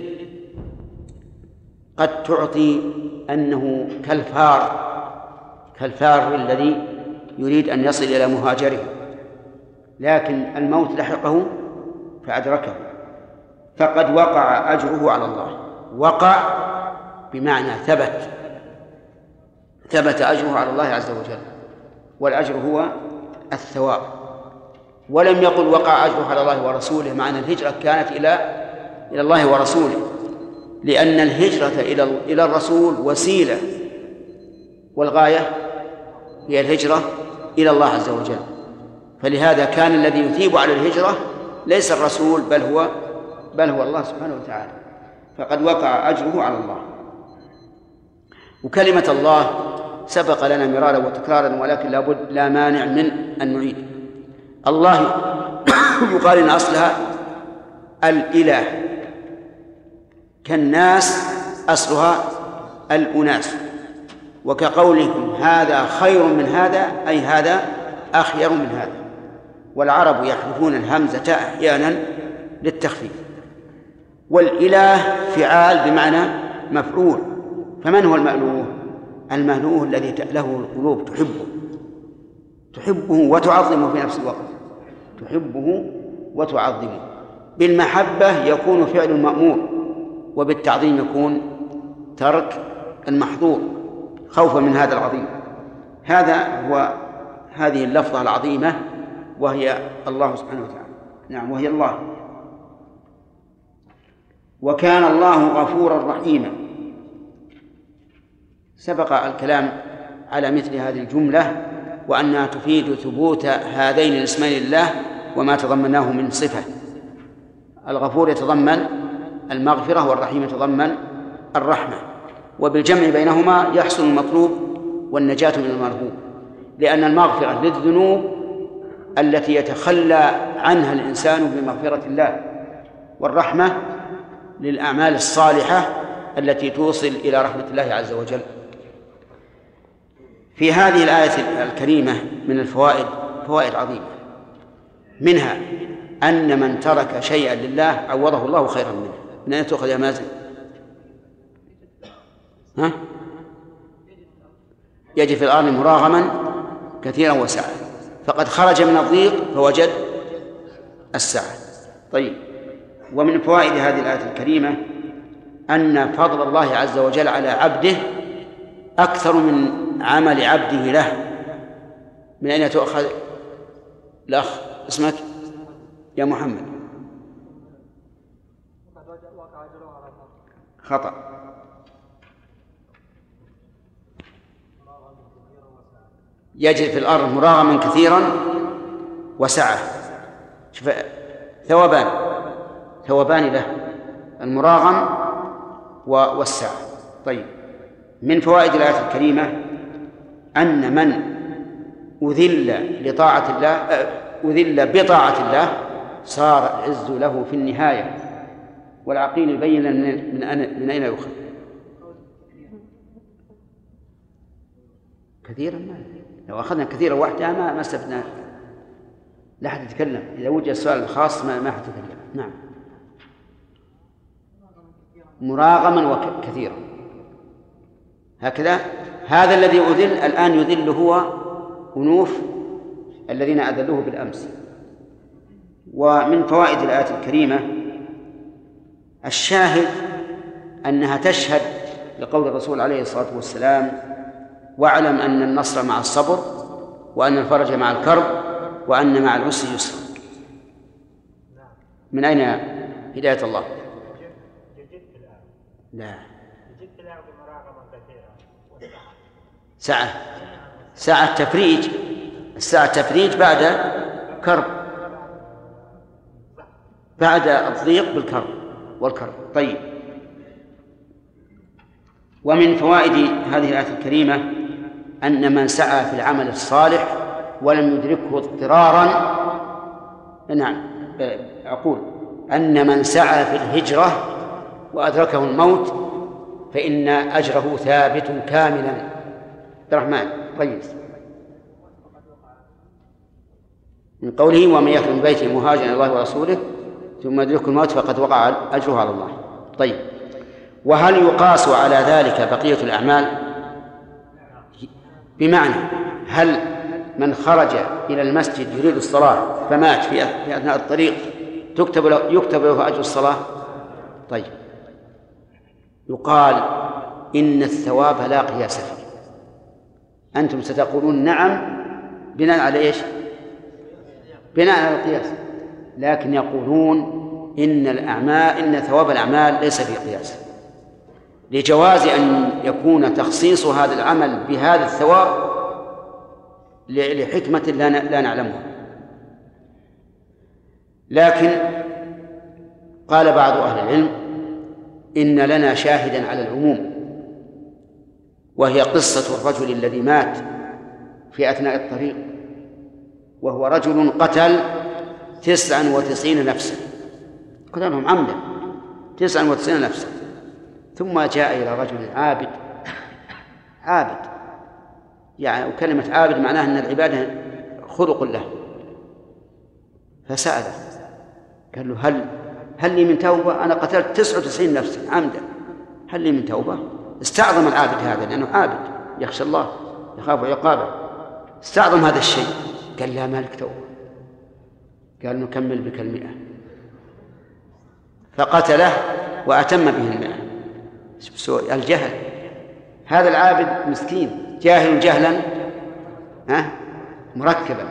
قد تعطي أنه كالفار كالفار الذي يريد أن يصل إلى مهاجره، لكن الموت لحقه فأدركه، فقد وقع أجره على الله. وقع بمعنى ثبت ثبت أجره على الله عز وجل، والأجر هو الثواب. ولم يقل وقع أجره على الله ورسوله، معنى الهجرة كانت إلى إلى الله ورسوله، لأن الهجرة إلى إلى الرسول وسيلة، والغاية هي الهجرة إلى الله عز وجل. فلهذا كان الذي يثيب على الهجرة ليس الرسول بل هو بل هو الله سبحانه وتعالى، فقد وقع أجره على الله. وكلمة الله سبق لنا مرارا وتكرارا، ولكن لا بد لا مانع من أن نعيد. الله يقال إن أصلها الإله، كالناس أصلها الأناس، وكقولهم هذا خير من هذا أي هذا أخير من هذا. والعرب يحذفون الهمزة أحيانا للتخفيف. والإله فعال بمعنى مفعول. فمن هو المألوه؟ المألوه الذي تأله القلوب، تحبه تحبه وتعظمه في نفس الوقت، تحبه وتعظمه. بالمحبة يكون فعل المأمور، وبالتعظيم يكون ترك المحظور خوفا من هذا العظيم. هذا هو هذه اللفظة العظيمة، وهي الله سبحانه وتعالى. نعم، وهي الله. وكان الله غفورا رحيما. سبق الكلام على مثل هذه الجملة، وأنها تفيد ثبوت هذين الاسمين لله وما تضمناه من صفة. الغفور يتضمن المغفرة، والرحيم يتضمن الرحمة، وبالجمع بينهما يحصل المطلوب والنجاة من المرهوب، لأن المغفرة للذنوب التي يتخلى عنها الإنسان بمغفرة الله، والرحمة للأعمال الصالحة التي توصل إلى رحمة الله عز وجل. في هذه الآية الكريمة من الفوائد فوائد عظيمة، منها أن من ترك شيئا لله عوضه الله خيرا منه. من أين تأخذ يا مازن؟ ها؟ يجد في الأرض مراغما كثيرا وسعة، فقد خرج من الضيق فوجد السعة. طيب، ومن فوائد هذه الآية الكريمة أن فضل الله عز وجل على عبده أكثر من عمل عبده له. من أين تؤخذ الأخ؟ اسمك يا محمد؟ خطأ. يجد في الأرض مراغما كثيرا وسعة. شوف، ثوابان ثوابان له، المراغم والسعة. طيب، من فوائد الآية الكريمة أن من أذل لطاعة الله أذل بطاعة الله صار العز له في النهاية. والعقيل يبين من من أين يؤخذ. كثيرا ما لو أخذنا كثيرا وحدها ما ما استفدنا، لا حد يتكلم. إذا وجد السؤال الخاص ما ما حد يتكلم. نعم، مراغما وكثيرا هكذا. هذا الذي أذل الآن يذل هو أنوف الذين أذلوه بالأمس. ومن فوائد الآية الكريمة الشاهد أنها تشهد لقول الرسول عليه الصلاة والسلام: واعلم أن النصر مع الصبر، وأن الفرج مع الكرب، وأن مع العسر يسرا. من أين هداية الله؟ لا، سعة سعة تفريج الساعة التفريج بعد كرب، بعد الضيق بالكرب والكرب. طيب، ومن فوائد هذه الآية الكريمة أن من سعى في العمل الصالح ولم يدركه اضطرارا، نعم أقول أن من سعى في الهجرة وأدركه الموت فإن أجره ثابت كاملا. عبد الرحمن طيب، من قوله ومن يخرج من بيته مهاجرا إلى الله ورسوله ثم يدركه الموت فقد وقع أجره على الله. طيب، وهل يقاس على ذلك بقية الأعمال؟ بمعنى هل من خرج إلى المسجد يريد الصلاة فمات في أثناء الطريق تكتب له يكتب له أجر الصلاة؟ طيب، يقال إن الثواب لا قياس فيه. أنتم ستقولون نعم بناء على إيش؟ بناء على القياس، لكن يقولون إن الأعمال إن ثواب الأعمال ليس في قياس، لجواز أن يكون تخصيص هذا العمل بهذا الثواب لحكمة لا نعلمها. لكن قال بعض أهل العلم إن لنا شاهدا على العموم، وهي قصة الرجل الذي مات في أثناء الطريق، وهو رجل قتل تسعا وتسعين نفسا، قتلهم عمدا تسعا وتسعين نفسا، ثم جاء إلى رجل عابد عابد يعني، وكلمة عابد معناها أن العبادة خلق له، فسأله قال له هل هل لي من توبة؟ أنا قتلت تسعة وتسعين نفسا عمدا، هل لي من توبة؟ استعظم العابد هذا لأنه عابد يخشى الله يخاف عقابه، استعظم هذا الشيء، قال لا مالك توبة، قال نكمل بك المئة، فقتله وأتم به المئة. الجهل، هذا العابد مسكين جاهل جهلا ها مركبا.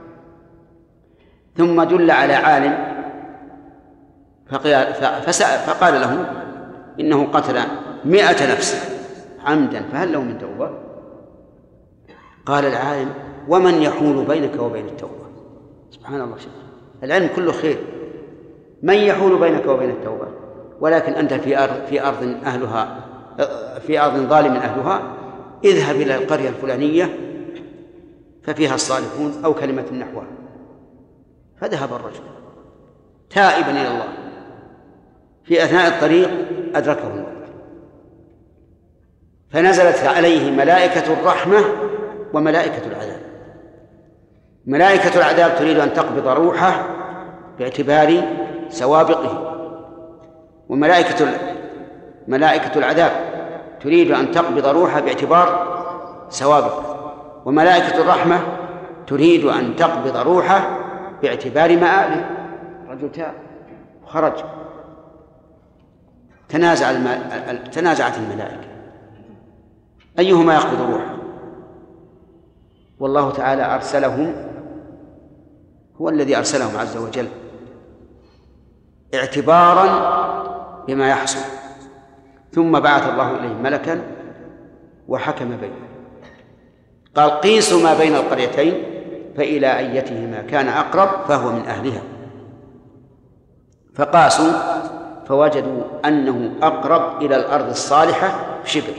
ثم دل على عالم فقال له إنه قتل مئة نفس عمدا فهل له من توبة؟ قال العالم ومن يحول بينك وبين التوبة؟ سبحان الله، شيء العلم كله خير، من يحول بينك وبين التوبة؟ ولكن أنت في أرض في أرض أهلها في أرض ظالم أهلها، اذهب إلى القرية الفلانية ففيها الصالحون أو كلمة نحوها. فذهب الرجل تائبا إلى الله، في أثناء الطريق أدركه الموت، فنزلت عليه ملائكة الرحمة وملائكة العذاب. ملائكة العذاب تريد أن تقبض روحه باعتبار سوابقه، وملائكة ملائكة العذاب تريد أن تقبض روحه باعتبار سوابقه، وملائكة الرحمة تريد أن تقبض روحه باعتبار مآله. رجل تاب وخرج، تنازع الم... تنازعت الملائكة أيهما يقبض روحه، والله تعالى أرسلهم، هو الذي أرسلهم عز وجل اعتبارا بما يحصل، ثم بعث الله إليهم ملكا وحكم بينهم، قال قيسوا ما بين القريتين فإلى أيتهما كان أقرب فهو من أهلها، فقاسوا فوجدوا أنه أقرب إلى الأرض الصالحة شبر.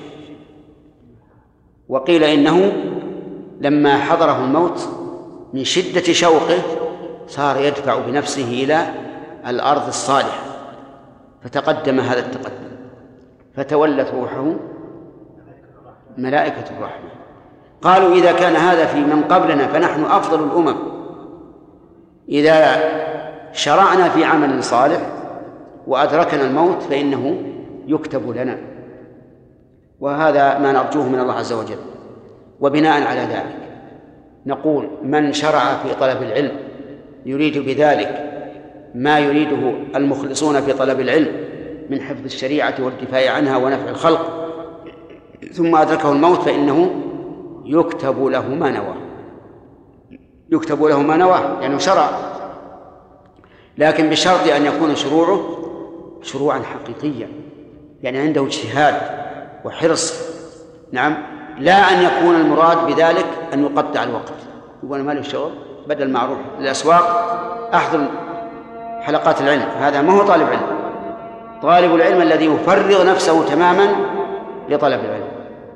وقيل إنه لما حضره الموت من شدة شوقه صار يدفع بنفسه إلى الأرض الصالحة، فتقدم هذا التقدم، فتولت روحه ملائكة الرحمة. قالوا إذا كان هذا في من قبلنا فنحن أفضل الأمم، إذا شرعنا في عمل صالح وأدركنا الموت فإنه يكتب لنا، وهذا ما نرجوه من الله عز وجل. وبناء على ذلك نقول من شرع في طلب العلم يريد بذلك ما يريده المخلصون في طلب العلم من حفظ الشريعة والدفاع عنها ونفع الخلق، ثم أدركه الموت فإنه يكتب له ما نواه، يكتب له ما نواه يعني شرع، لكن بشرط أن يكون شروعه شروعا حقيقيا، يعني عنده اجتهاد وحرص. نعم، لا أن يكون المراد بذلك أن يقطع الوقت يقول ما له شغل، بدل ما أروح للأسواق أحضر حلقات العلم. هذا ما هو طالب علم. طالب العلم الذي يفرغ نفسه تماما لطلب العلم.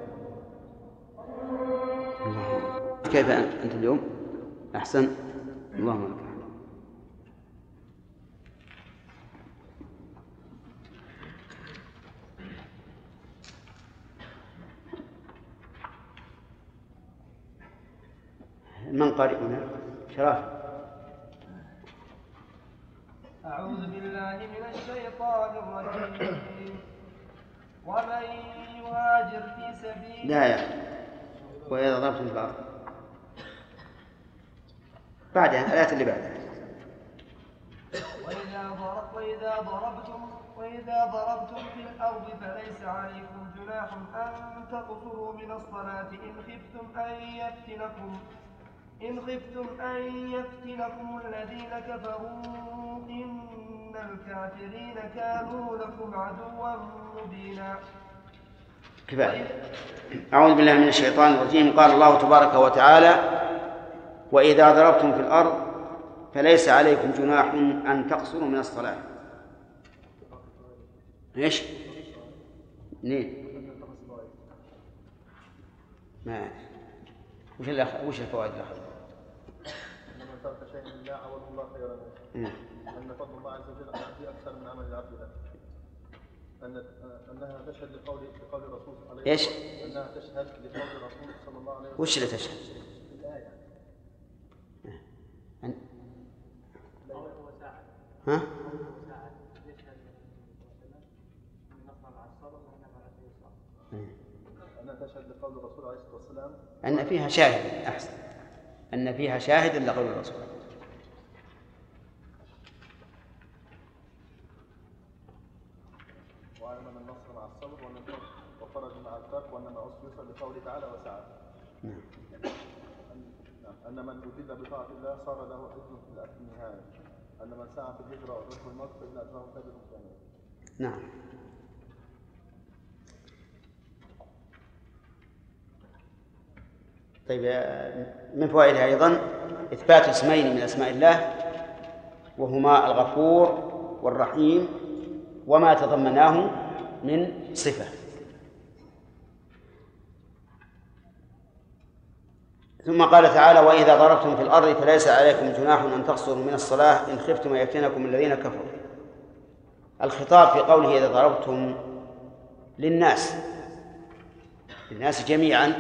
كيف أنت اليوم؟ أحسن، اللهم لك الحمد. من قارئنا؟ شرف. أعوذ بالله من الشيطان الرجيم. ومن يهاجر في سبيل لا يا وإذا ضربتم في الأرض بعدها الآيات اللي بعدها. وإذا ضرب وإذا ضربتم وإذا ضربتم في الأرض فليس عليكم جناح أن تقصروا من الصلاة إن خفتم أن يفتنكم إن خفتم أن يفتنكم الذين كفروا إن الكافرين كانوا لكم عدوا مبينا. كفاية. أعوذ بالله من الشيطان الرجيم. قال الله تبارك وتعالى: وإذا ضربتم في الأرض فليس عليكم جناح أن تقصروا من الصلاة. إيش؟ نين ما وش الأخ... وش الفوائد الأخرى؟ أن من ترك شيء لله عوض الله خيرا منه. أن فضل الله عز وجل على أكثر من عمل العبد له. أن أنها تشهد لقول لقول الرسول عليه إيش؟ أنها تشهد لقول الرسول صلى الله عليه وسلم. وش اللي تشهد؟ الآية. أن... ها؟ أنها تشهد لقول الرسول عليه الصلاة والسلام. أن فيها شاهد. أحسن. أن فيها شاهد لقول الرسول. وعلم أن النصر مع الصبر وأن وفرج مع الفرق وأن ما يسر لقوله تعالى وسعى. نعم. أن من أجل بطاعة الله صار له أجر في النهاية. أن من سعى في الهجرة وترك الموت فإن أجره كبير كامل. نعم. طيب، من فوائدها أيضا إثبات اسمين من أسماء الله وهما الغفور والرحيم وما تضمناه من صفة. ثم قال تعالى: وإذا ضربتم في الأرض فليس عليكم جناح أن تقصروا من الصلاة إن خفتم أن يفتنكم الذين كفروا. الخطاب في قوله إذا ضربتم للناس للناس جميعا،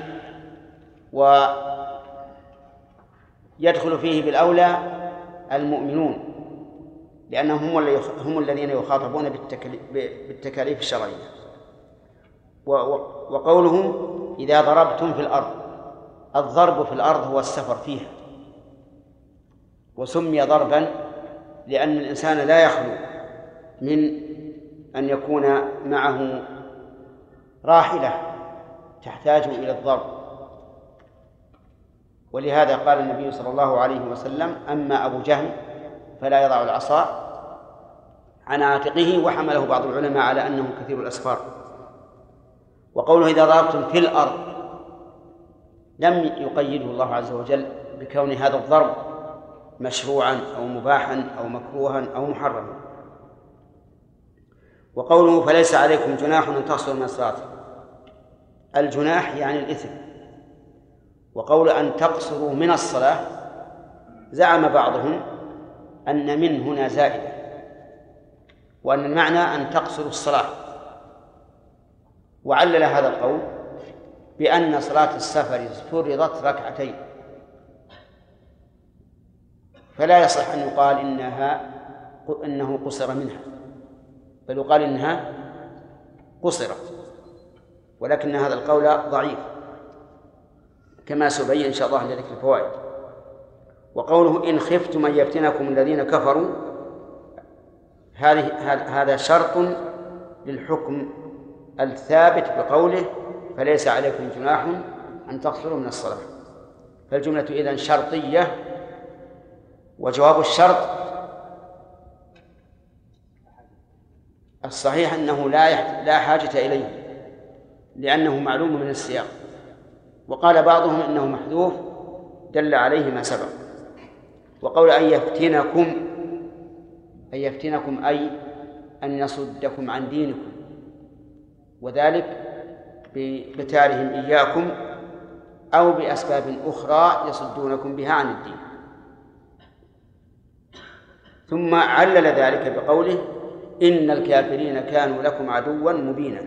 ويدخل فيه بالأولى المؤمنون لأنهم هم الذين يخاطبون بالتكاليف الشرعية. وقولهم إذا ضربتم في الأرض، الضرب في الأرض هو السفر فيها، وسمي ضربا لأن الإنسان لا يخلو من أن يكون معه راحلة تحتاج إلى الضرب. ولهذا قال النبي صلى الله عليه وسلم: أما أبو جهل فلا يضع العصا عن عاتقه، وحمله بعض العلماء على أنه كثير الأسفار. وقوله إذا ضربتم في الأرض لم يقيده الله عز وجل بكون هذا الضرب مشروعا أو مباحا أو مكروها أو محرما. وقوله فليس عليكم جناح أن تقصروا من الصلاة، الجناح يعني الإثم. وقول أن تقصروا من الصلاة زعم بعضهم أن من هنا زائدة، وأن المعنى أن تقصروا الصلاة، وعلل هذا القول بأن صلاة السفر فرضت ركعتين، فلا يصح أن يقال إنها إنه قصر منها، بل يقال إنها قصرت، ولكن هذا القول ضعيف كما سيبين إن شاء الله لذكر الفوائد. وقوله إن خفتم أن يفتنكم الذين كفروا، هذه هذا شرط للحكم الثابت بقوله فليس عليكم جناح أن تقصروا من الصلاة. فالجملة إذن شرطية، وجواب الشرط الصحيح أنه لا لا حاجة إليه لأنه معلوم من السياق. وقال بعضهم إنه محذوف دل عليه ما سبق. وقول أن يفتنكم أن يفتنكم أي أن يصدكم عن دينكم، وذلك بقتالهم إياكم أو بأسباب أخرى يصدونكم بها عن الدين. ثم علل ذلك بقوله إن الكافرين كانوا لكم عدوا مبينا.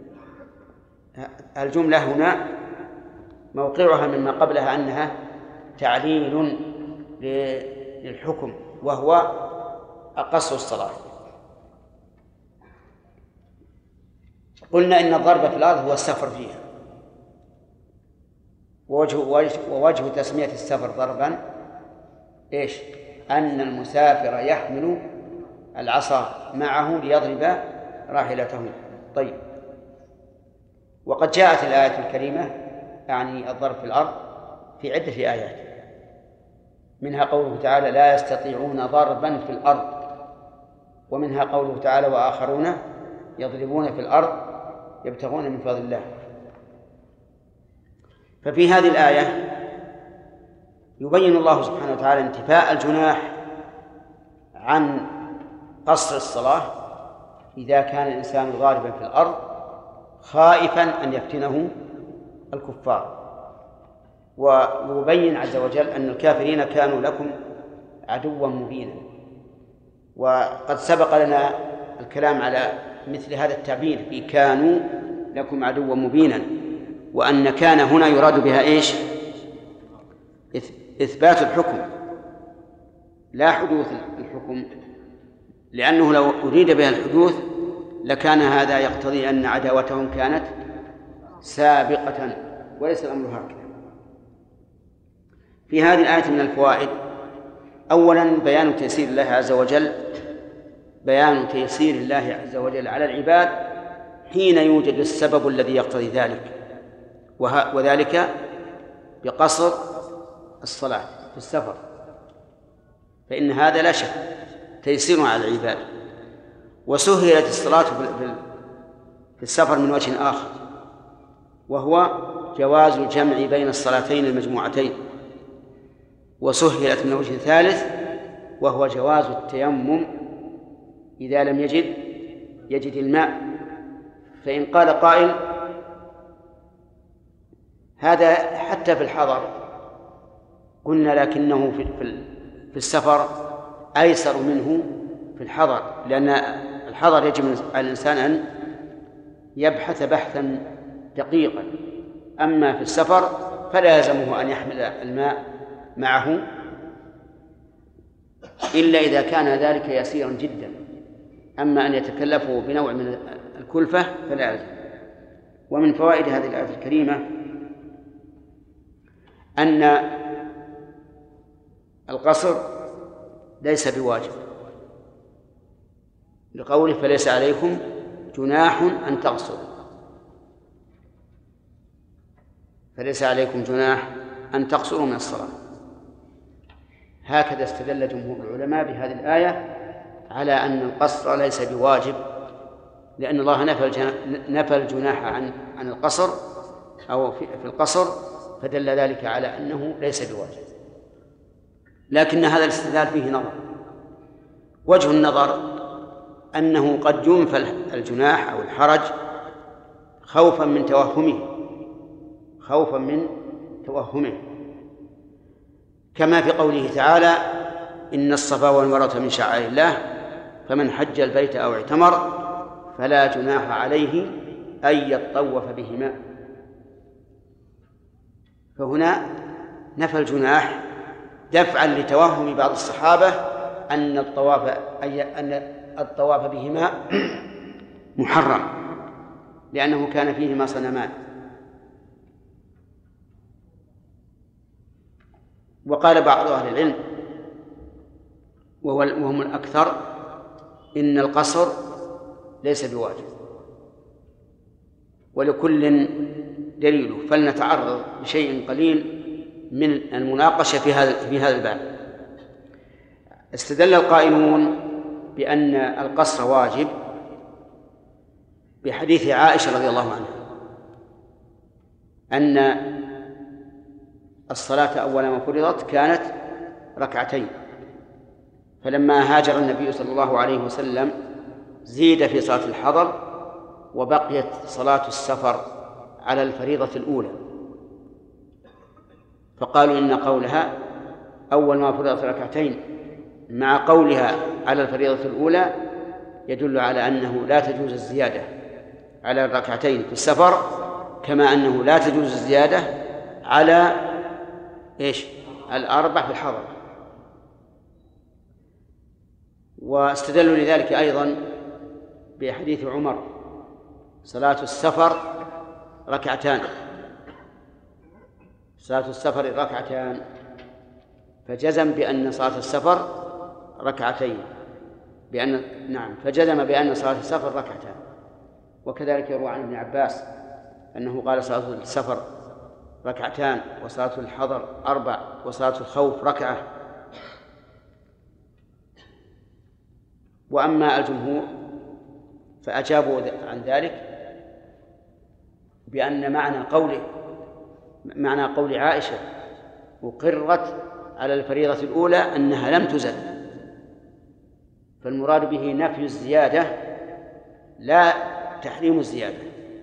الجملة هنا موقعها مما قبلها أنها تعليل للحكم، وهو أقص الصلاة. قلنا إن الضرب في الأرض هو السفر فيها، ووجه, ووجه تسمية السفر ضربا إيش؟ أن المسافر يحمل العصا معه ليضرب راحلته. طيب، وقد جاءت الآية الكريمة يعني الضرب في الأرض في عدة آيات، منها قوله تعالى لا يستطيعون ضربا في الأرض، ومنها قوله تعالى وآخرون يضربون في الأرض يبتغون من فضل الله. ففي هذه الآية يبين الله سبحانه وتعالى انتفاء الجناح عن قصر الصلاة إذا كان الإنسان غالبا في الأرض خائفا أن يفتنه الكفار، ويبين عز وجل أن الكافرين كانوا لكم عدوا مبينا. وقد سبق لنا الكلام على مثل هذا التعبير في كانوا لكم عدوا مبينا، وأن كان هنا يراد بها إيش؟ إثبات الحكم لا حدوث الحكم، لأنه لو أريد بها الحدوث لكان هذا يقتضي أن عداوتهم كانت سابقة، وليس الأمر هكذا. في هذه الآية من الفوائد: أولا بيان تيسير الله عز وجل بيان تيسير الله عز وجل على العباد حين يوجد السبب الذي يقتضي ذلك، وذلك بقصر الصلاة في السفر، فإن هذا لا شك تيسير على العباد. وسهلت الصلاة في السفر من وجه آخر، وهو جواز الجمع بين الصلاتين المجموعتين. وسهلت من وجه ثالث، وهو جواز التيمم إذا لم يجد يجد الماء. فإن قال قائل هذا حتى في الحضر، قلنا لكنه في السفر أيسر منه في الحضر، لأن الحضر يجب على الإنسان أن يبحث بحثا دقيقا، أما في السفر فلا يلزمه أن يحمل الماء معه إلا إذا كان ذلك يسيرا جدا، أما أن يتكلفه بنوع من الكلفة فلا يلزم. ومن فوائد هذه الآية الكريمة أن القصر ليس بواجب، لقوله فليس عليكم جناح أن تقصروا، فليس عليكم جناح أن تقصروا من الصلاة. هكذا استدل جمهور العلماء بهذه الآية على أن القصر ليس بواجب، لأن الله نفى الجناح عن عن القصر أو في القصر، فدل ذلك على أنه ليس بواجب. لكن هذا الاستدلال فيه نظر. وجه النظر أنه قد ينفى الجناح أو الحرج خوفا من توهمه خوفا من توهمه كما في قوله تعالى إن الصفا والمروة من شعائر الله فمن حج البيت أو اعتمر فلا جناح عليه أن يطوف بهما. فهنا نفى الجناح دفعا لتوهم بعض الصحابة أن الطواف أي أن الطواف بهما محرم، لأنه كان فيهما صنمان. وقال بعض أهل العلم وهم الأكثر إن القصر ليس بواجب، ولكل دليله، فلنتعرض بشيء قليل من المناقشة في هذا في هذا الباب. استدل القائلون بأن القصر واجب بحديث عائشة رضي الله عنها أن الصلاة أول ما فرضت كانت ركعتين، فلما هاجر النبي صلى الله عليه وسلم زيد في صلاة الحضر وبقيت صلاة السفر على الفريضة الأولى، فقالوا إن قولها أول ما فرضت ركعتين مع قولها على الفريضة الأولى يدل على أنه لا تجوز الزيادة على الركعتين في السفر، كما أنه لا تجوز الزيادة على إيش؟ الأربع في الحضر. واستدلوا لذلك أيضا بحديث عمر: صلاة السفر ركعتان، صلاة السفر ركعتان، فجزم بأن صلاة السفر ركعتين، بأن نعم فجزم بأن صلاة السفر ركعتان. وكذلك يروى عن ابن عباس أنه قال: صلاة السفر ركعتان، وصلاة الحضر أربع، وصلاة الخوف ركعة. وأما الجمهور فأجابوا عن ذلك بأن معنى قوله معنى قول عائشة أقرت على الفريضة الأولى أنها لم تزل، فالمراد به نفي الزيادة لا تحريم الزيادة.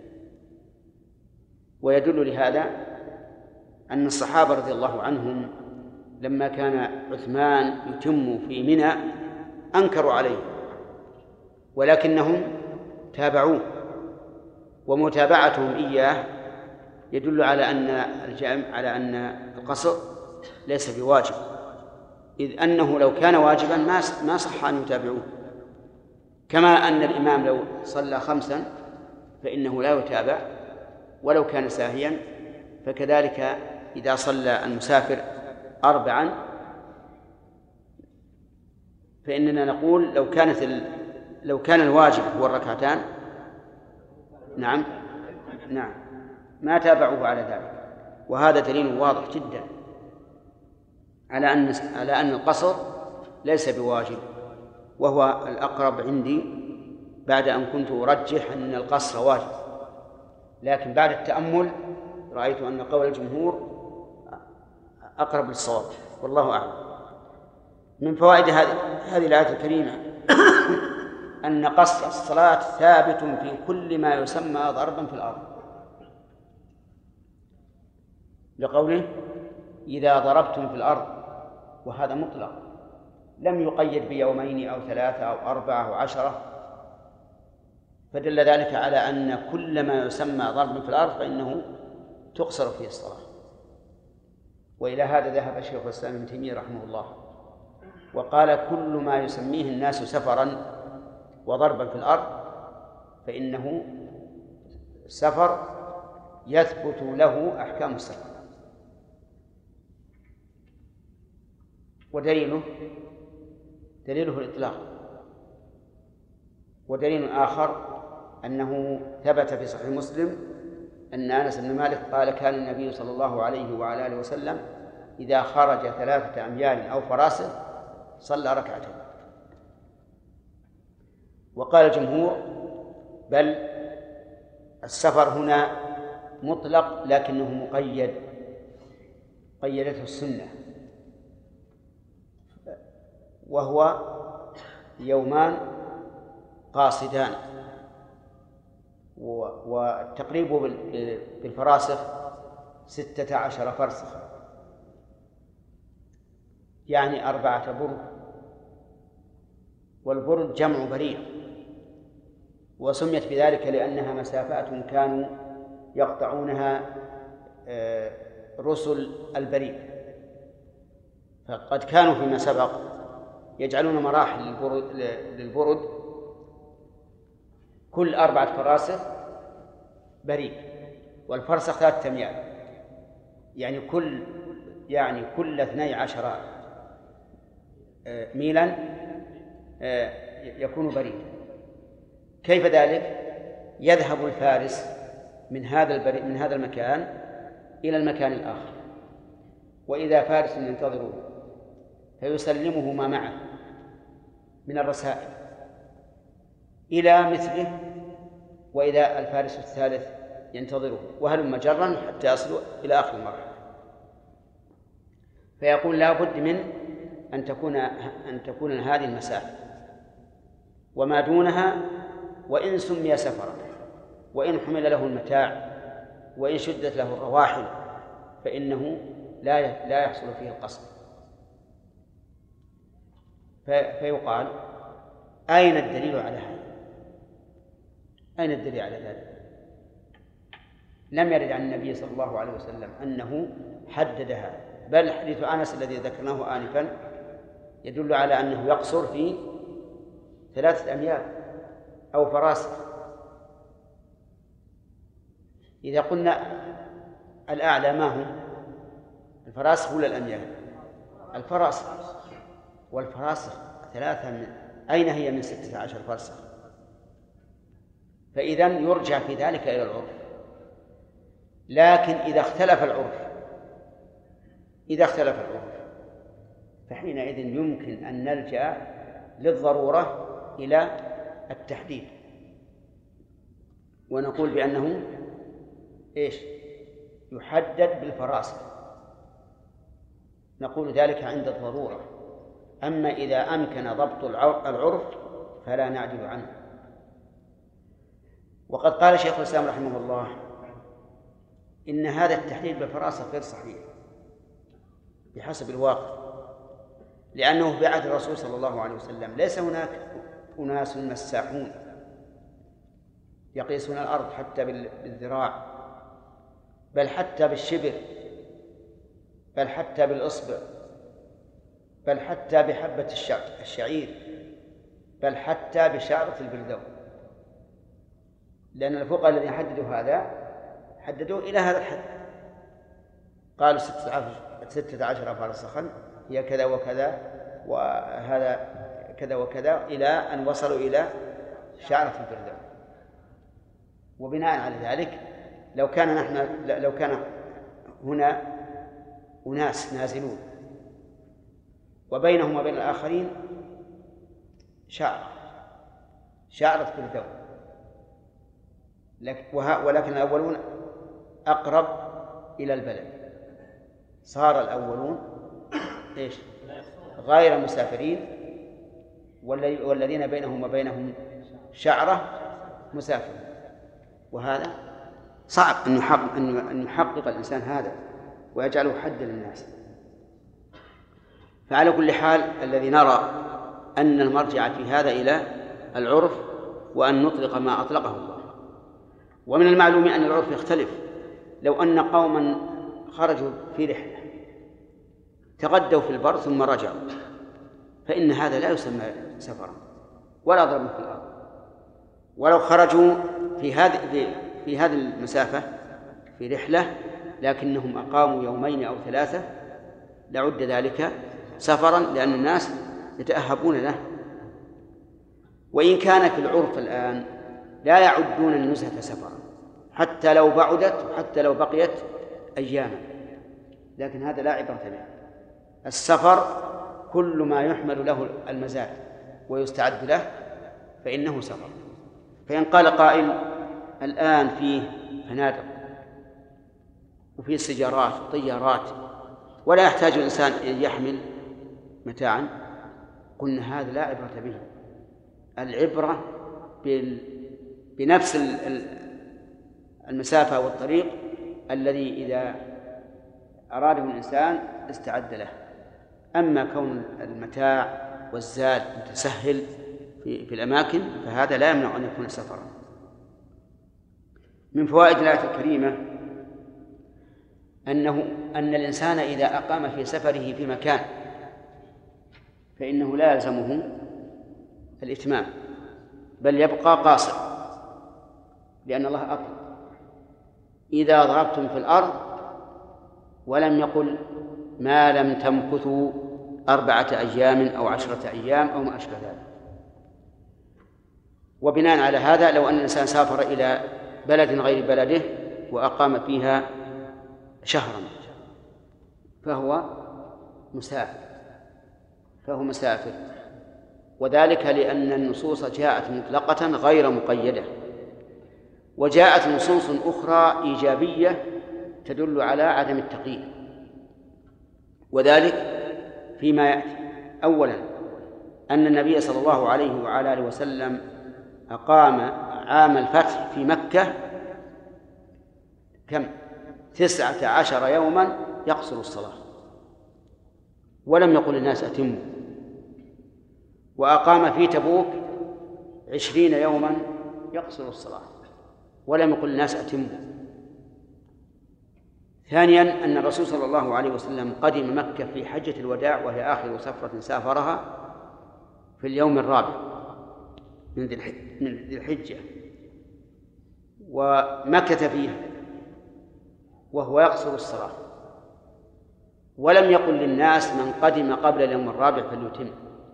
ويدل لهذا أن الصحابة رضي الله عنهم لما كان عثمان يتم في منى أنكروا عليه، ولكنهم تابعوه، ومتابعتهم إياه يدل على أن الجامع على أن القصر ليس بواجب، إذ أنه لو كان واجبا ما ما صح أن يتابعوه، كما أن الإمام لو صلى خمسا فإنه لا يتابع ولو كان ساهيا، فكذلك إذا صلى المسافر أربعا فإننا نقول لو كانت ال... لو كان الواجب هو الركعتان نعم نعم ما تابعوه على ذلك. وهذا دليل واضح جدا على أن على أن القصر ليس بواجب، وهو الأقرب عندي بعد أن كنت أرجح أن القصر واجب، لكن بعد التأمل رأيت أن قول الجمهور أقرب للصواب، والله أعلم. من فوائد هذه الآية الكريمة أن قصر الصلاة ثابت في كل ما يسمى ضربا في الأرض، لقوله: إذا ضربتم في الأرض، وهذا مطلق لم يقيد بيومين أو ثلاثة أو أربعة أو عشرة، فدل ذلك على أن كل ما يسمى ضربا في الأرض فإنه تقصر فيه الصلاة. وإلى هذا ذهب شيخ الإسلام ابن تيمية رحمه الله، وقال: كل ما يسميه الناس سفرا وضربا في الأرض فإنه سفر يثبت له أحكام السفر. ودليله دليله الإطلاق. ودليل آخر أنه ثبت في صحيح مسلم أن أنس بن مالك قال: كان النبي صلى الله عليه وعلى آله وسلم إذا خرج ثلاثة أميال أو فراسخ صلى ركعتين. وقال الجمهور: بل السفر هنا مطلق لكنه مقيد، قيدته السنة، وهو يومان قاصدان، والتقريب بالفراسخ ستة عشر فرسخا، يعني أربعة برد، والبرد جمع بريد، وسميت بذلك لأنها مسافات كانوا يقطعونها رسل البريد، فقد كانوا فيما سبق يجعلون مراحل للبرد كل أربعة فراسخ بريد، والفرسخ ثلاثة أميال، يعني كل يعني كل اثني عشر ميلا يكون بريد. كيف ذلك؟ يذهب الفارس من هذا البريد من هذا المكان إلى المكان الآخر، وإذا فارس ينتظره فيسلمه ما معه من الرسائل إلى مثله، وإذا الفارس الثالث ينتظره، وهلم جرا حتى يصلوا إلى آخر المرحلة. فيقول لا بد من أن تكون أن تكون هذه المسافة، وما دونها وإن سمي سفرا وإن حمل له المتاع وإن شدت له الرواحل فإنه لا لا يحصل فيه القصر. فيقال أين الدليل على هذا؟ أين الدليل على ذلك؟ لم يرد عن النبي صلى الله عليه وسلم أنه حددها، بل حديث أنس الذي ذكرناه آنفا يدل على أنه يقصر في ثلاثة أميال أو فراسخ. إذا قلنا الأعلى ما هو؟ الفراسخ ولا الأميال؟ الفراسخ، والفراسخ ثلاثة من أين هي من ستة عشر فرسخ؟ فإذن يرجع في ذلك إلى العرف. لكن إذا اختلف العرف إذا اختلف العرف فحينئذ يمكن أن نلجأ للضرورة إلى التحديد، ونقول بأنه إيش؟ يحدد بالفراسخ، نقول ذلك عند الضرورة. أما إذا أمكن ضبط العرف فلا نعدل عنه. وقد قال شيخ الإسلام رحمه الله إن هذا التحديد بالفراسخ غير صحيح بحسب الواقع، لأنه في عهد الرسول صلى الله عليه وسلم ليس هناك أناس مساحون يقيسون الأرض حتى بالذراع، بل حتى بالشبر، بل حتى بالإصبع، بل حتى بحبة الشعير، بل حتى بشعرة البلدو. لأن الفقهاء الذين حددوا هذا حددوا إلى هذا الحد، قالوا ستة عشر فرسخا هي كذا وكذا وهذا كذا وكذا إلى أن وصلوا إلى شعرة البلدو. وبناء على ذلك لو كان نحن لو كان هنا أناس نازلون وبينهم وبين الآخرين شعر شعرة بلدو، ولكن الأولون أقرب إلى البلد، صار الأولون إيش؟ غير مسافرين، والذين بينهم وبينهم شعرة مسافر. وهذا صعب أن يحقق, أن يحقق الإنسان هذا ويجعله حدا للناس. فعلى كل حال الذي نرى أن المرجع في هذا إلى العرف، وأن نطلق ما أطلقه الله. ومن المعلوم أن العرف يختلف. لو أن قوما خرجوا في رحلة تغدوا في البر ثم رجعوا فإن هذا لا يسمى سفرا ولا ضرب في الأرض. ولو خرجوا في هذه في, في هذه المسافة في رحلة لكنهم أقاموا يومين أو ثلاثة لعد ذلك سفرا، لأن الناس يتأهبون له. وإن كان في العرف الآن لا يعدون النزهة سفرا حتى لو بعدت وحتى لو بقيت أياما، لكن هذا لا عبرة به. السفر كل ما يحمل له المزاد ويستعد له فإنه سفر. فإن قال قائل الآن فيه فنادق وفيه سيارات وطيارات ولا يحتاج الإنسان أن يحمل متاعا، قلنا هذا لا عبرة به. العبرة بنفس المسافة والطريق الذي إذا أراده الإنسان استعد له. أما كون المتاع والزاد متسهل في, في الأماكن فهذا لا يمنع أن يكون سفرا. من فوائد الآية الكريمة أنه أن الإنسان إذا أقام في سفره في مكان فإنه لا يلزمه الإتمام بل يبقى قاصر، لأن الله أطلق إذا ضربتم في الأرض، ولم يقل ما لم تمكثوا أربعة أيام أو عشرة أيام أو ما أشبه ذلك. وبناء على هذا لو أن الإنسان سافر إلى بلد غير بلده وأقام فيها شهرا فهو مسافر فهو مسافر وذلك لأن النصوص جاءت مطلقة غير مقيدة، وجاءت نصوص أخرى إيجابية تدل على عدم التقييد. وذلك فيما يأتي. أولا أن النبي صلى الله عليه وعلى آله وسلم أقام عام الفتح في مكة كم؟ تسعة عشر يوما يقصر الصلاة، ولم يقل الناس أتموا. وأقام في تبوك عشرين يوما يقصر الصلاة، ولم يقل الناس أتموا. ثانيا أن الرسول صلى الله عليه وسلم قدم مكة في حجة الوداع، وهي آخر سفرة سافرها، في اليوم الرابع من ذي الحجة، ومكث فيها وهو يقصر الصلاة، ولم يقل للناس من قدم قبل اليوم الرابع فليتم،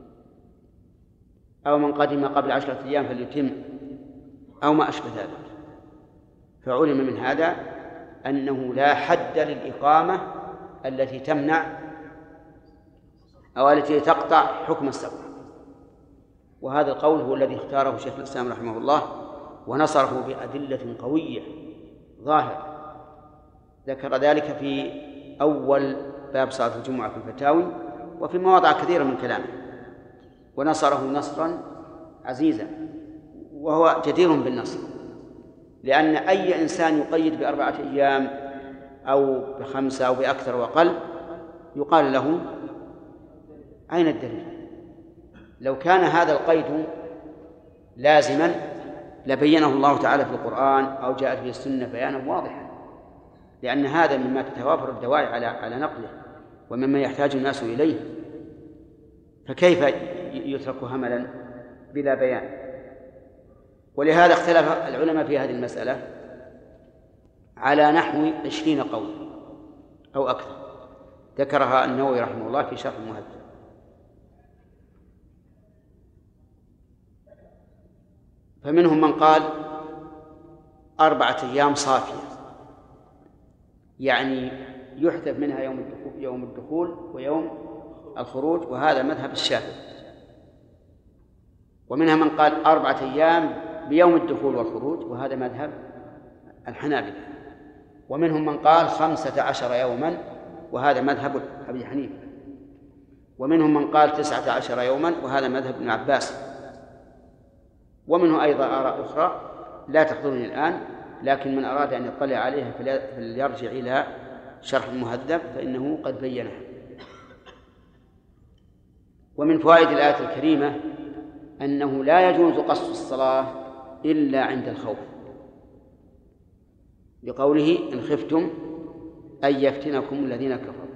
أو من قدم قبل عشرة أيام فليتم، أو ما أشبه ذلك. فعلم من هذا أنه لا حد للإقامة التي تمنع أو التي تقطع حكم السفر. وهذا القول هو الذي اختاره شيخ الإسلام رحمه الله، ونصره بأدلة قوية ظاهرة، ذكر ذلك في أول باب صلاة الجمعة في الفتاوي وفي مواضع كثيرة من كلامه، ونصره نصرا عزيزا، وهو جدير بالنصر، لأن أي إنسان يقيد بأربعة أيام أو بخمسة أو بأكثر وأقل يقال له أين الدليل؟ لو كان هذا القيد لازما لبينه الله تعالى في القرآن أو جاءت به السنة بيانا واضحا، لأن هذا مما تتوافر الدواعي على على نقله ومما يحتاج الناس إليه، فكيف يترك هملا بلا بيان؟ ولهذا اختلف العلماء في هذه المسألة على نحو عشرين قول أو أكثر، ذكرها النووي رحمه الله في شرح المهذب. فمنهم من قال أربعة أيام صافية، يعني يحذف منها يوم الدخول, يوم الدخول ويوم الخروج، وهذا مذهب الشافعي. ومنها من قال أربعة أيام بيوم الدخول والخروج، وهذا مذهب الحنابلة. ومنهم من قال خمسة عشر يوما، وهذا مذهب أبي حنيفة. ومنهم من قال تسعة عشر يوما، وهذا مذهب ابن عباس. ومنه أيضا آراء أخرى لا تحضرني الآن، لكن من أراد أن يطلع عليها فليرجع إلى شرح المهذب فإنه قد بينها. ومن فوائد الآية الكريمة أنه لا يجوز قصر الصلاة إلا عند الخوف، لقوله إن خفتم أن يفتنكم الذين كفروا،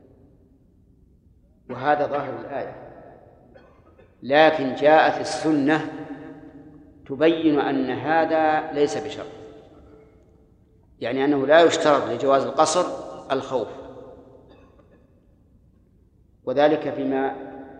وهذا ظاهر الآية. لكن جاءت السنة تبين أن هذا ليس بشرط، يعني أنه لا يشترط لجواز القصر الخوف. وذلك فيما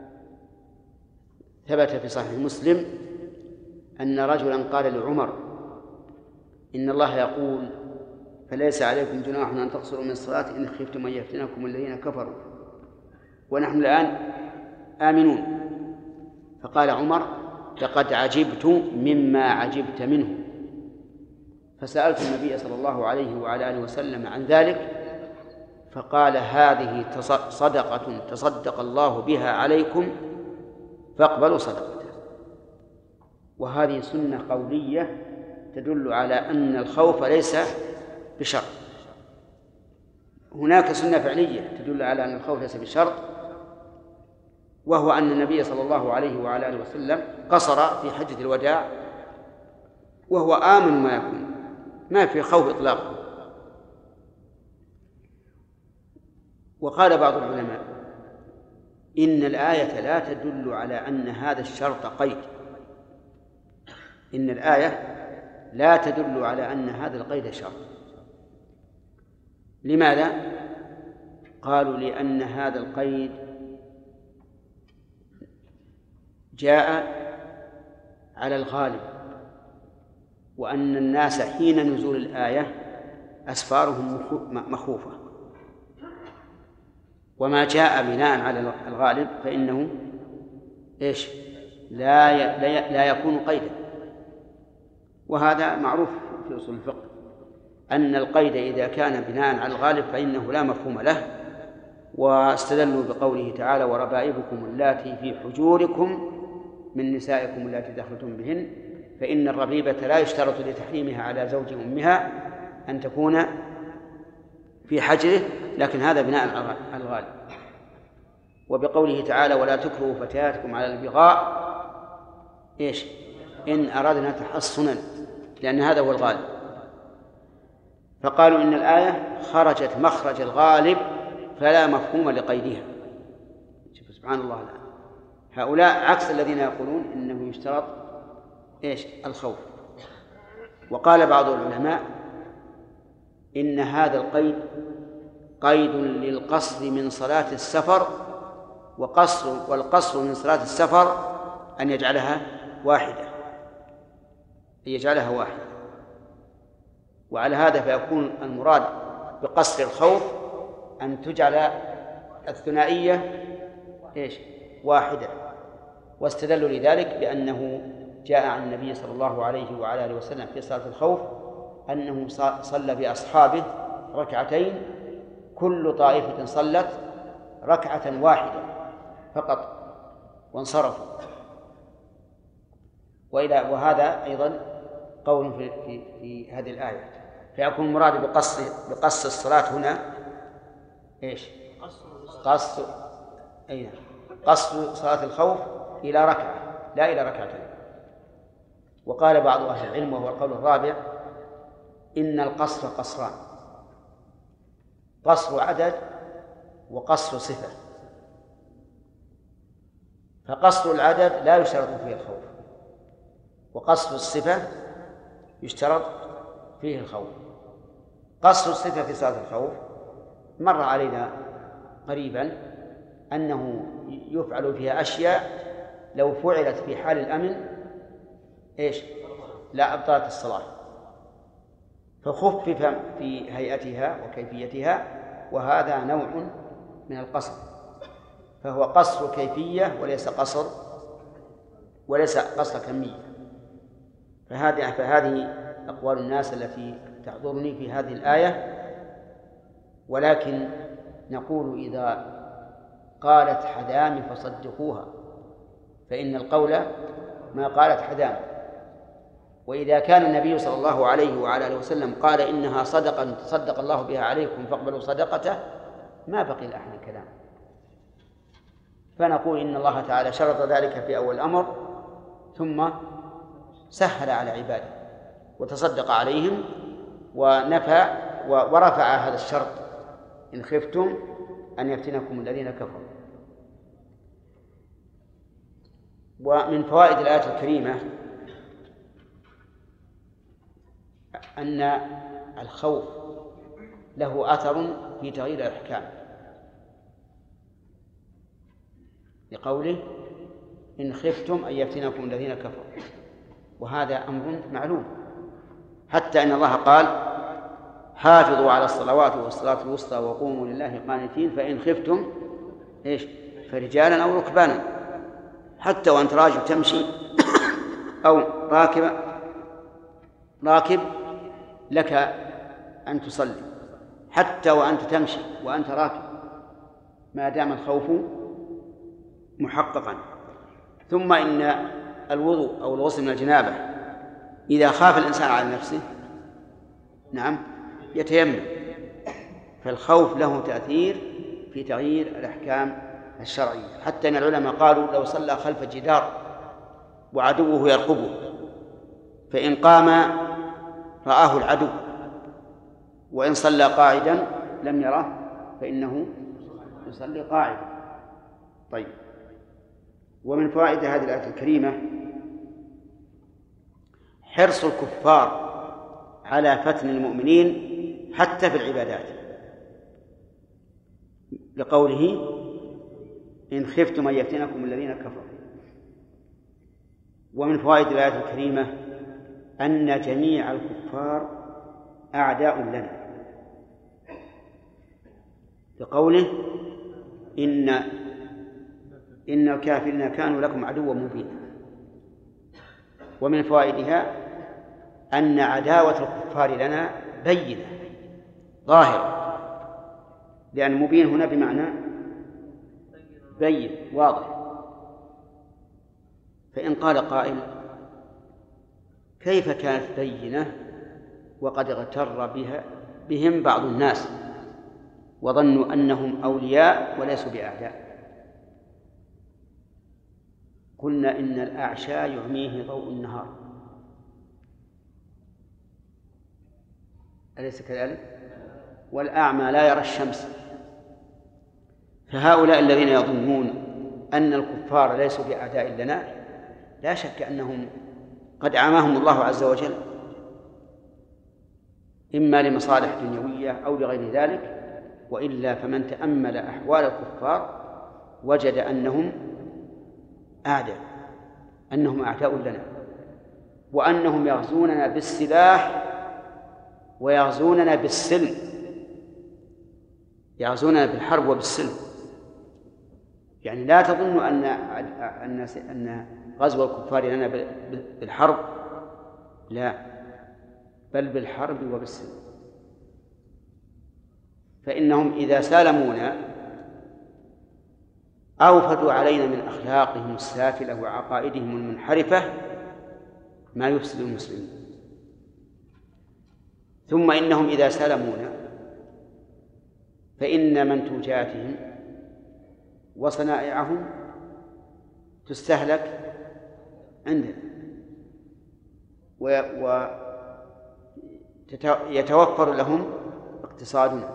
ثبت في صحيح مسلم أن رجلا قال لعمر إن الله يقول فليس عليكم جناح أن تقصروا من الصلاة إن خفتم أن يفتنكم الذين كفروا ونحن الآن آمنون. فقال عمر لقد عجبت مما عجبت منه، فسألت النبي صلى الله عليه وعلى آله وسلم عن ذلك فقال هذه صدقة تصدق الله بها عليكم فاقبلوا صدقته. وهذه سنة قولية تدل على أن الخوف ليس بشرط. هناك سنة فعلية تدل على أن الخوف ليس بشرط، وهو أن النبي صلى الله عليه وعلى آله وسلم قصر في حجة الوداع وهو آمن ما يكون، ما في خوف إطلاقا. وقال بعض العلماء إن الآية لا تدل على أن هذا الشرط قيد، إن الآية لا تدل على أن هذا القيد شرط. لماذا؟ قالوا لأن هذا القيد جاء على الغالب، وأن الناس حين نزول الآية أسفارهم مخوفة، وما جاء بناء على الغالب فإنه إيش؟ لا لا يكون قيدا. وهذا معروف في أصول الفقه أن القيد إذا كان بناء على الغالب فإنه لا مفهوم له، واستدلوا بقوله تعالى وربائبكم اللاتي في حجوركم من نسائكم اللاتي دخلتم بهن، فإن الربيبة لا يشترط لتحريمها على زوج أمها أن تكون في حجره، لكن هذا بناء على الغالب. وبقوله تعالى ولا تكرهوا فتياتكم على البغاء إيش إن أردنا تحصنا، لأن هذا هو الغالب. فقالوا إن الآية خرجت مخرج الغالب فلا مفهوم لقيدها. شوف سبحان الله الآن. هؤلاء عكس الذين يقولون إنه يشترط إيش الخوف. وقال بعض العلماء إن هذا القيد قيد للقصر من صلاة السفر، وقصر والقصر من صلاة السفر أن يجعلها واحدة أن يجعلها واحدة وعلى هذا فيكون المراد بقصر الخوف أن تجعل الثنائية إيش واحدة. واستدلوا لذلك بأنه جاء عن النبي صلى الله عليه وعلى آله وسلم في صلاة الخوف أنه صلى بأصحابه ركعتين كل طائفة صلت ركعة واحدة فقط وانصرفوا. وإلى وهذا أيضا قول في, في, في هذه الآية، فيكون المراد بقص بقص الصلاة هنا إيش قص أين قص صلاة الخوف إلى ركعة لا إلى ركعتين. وقال بعض أهل العلم وهو القول الرابع إن القصر قصران، قصر عدد وقصر صفة. فقصر العدد لا يشترط فيه الخوف، وقصر الصفة يشترط فيه الخوف. قصر الصفة في صلاة الخوف مر علينا قريبا أنه يفعل فيها أشياء لو فعلت في حال الأمن إيش لا أبطلت الصلاة، فخفف في هيئتها وكيفيتها، وهذا نوع من القصر، فهو قصر كيفية وليس قصر وليس قصر كمية. فهذه فهذه أقوال الناس التي تحضرني في هذه الآية. ولكن نقول إذا قالت حدام فصدقوها، فإن القول ما قالت حدام. وإذا كان النبي صلى الله عليه وعلى آله وسلم قال إنها صدقة تصدق الله بها عليكم فاقبلوا صدقته، ما بقي لأحد الكلام. فنقول إن الله تعالى شرط ذلك في أول الأمر ثم سهل على عباده وتصدق عليهم ونفى ورفع هذا الشرط إن خفتم أن يفتنكم الذين كفروا. ومن فوائد الآية الكريمة أن الخوف له أثر في تغيير الأحكام، لقوله إن خفتم أن يفتنكم الذين كفروا، وهذا أمر معلوم، حتى أن الله قال حافظوا على الصلوات والصلاة الوسطى وقوموا لله قانتين فإن خفتم إيش فرجالا أو ركبانا، حتى وأنت راجل تمشي أو راكب راكب لك أن تصلي، حتى وأنت تمشي وأنت راكب ما دام الخوف محققا. ثم إن الوضوء أو الغسل من الجنابة إذا خاف الإنسان على نفسه نعم يتيمم، فالخوف له تأثير في تغيير الأحكام الشرعية. حتى أن العلماء قالوا لو صلى خلف جدار وعدوه يرقبه فإن قام رآه العدو، وإن صلى قاعدا لم يره فإنه يصلي قاعدا. طيب، ومن فوائد هذه الآية الكريمة حرص الكفار على فتن المؤمنين حتى في العبادات، لقوله إن خفتم أن يفتنكم الذين كفروا. ومن فوائد الآية الكريمة أن جميع الكفار أعداء لنا، لقوله إن إن الكافرين كانوا لكم عدوا مبينا. ومن فوائدها أن عداوة الكفار لنا بينة ظاهرة، لأن مبين هنا بمعنى بين واضح. فإن قال قائل كيف كانت بينة وقد اغتر بها بهم بعض الناس وظنوا أنهم أولياء وليسوا بأعداء؟ قلنا إن الأعشى يعميه ضوء النهار، أليس كذلك؟ والأعمى لا يرى الشمس. فهؤلاء الذين يظنون أن الكفار ليسوا بأعداء لنا لا شك أنهم قد أعماهم الله عز وجل، إما لمصالح دنيوية أو لغير ذلك، وإلا فمن تأمل أحوال الكفار وجد أنهم أعداء، أنهم أعداء لنا، وأنهم يغزوننا بالسلاح ويغزوننا بالسلم، يغزوننا بالحرب وبالسلم. يعني لا تظن أن أن أن غزو الكفار لنا بالحرب، لا، بل بالحرب وبالسلم. فإنهم إذا سالمونا أوفدوا علينا من أخلاقهم السافلة وعقائدهم المنحرفة ما يفسد المسلمين. ثم إنهم إذا سالمونا فإن منتوجاتهم وصنائعهم تستهلك عندنا ويتوفر لهم اقتصادنا،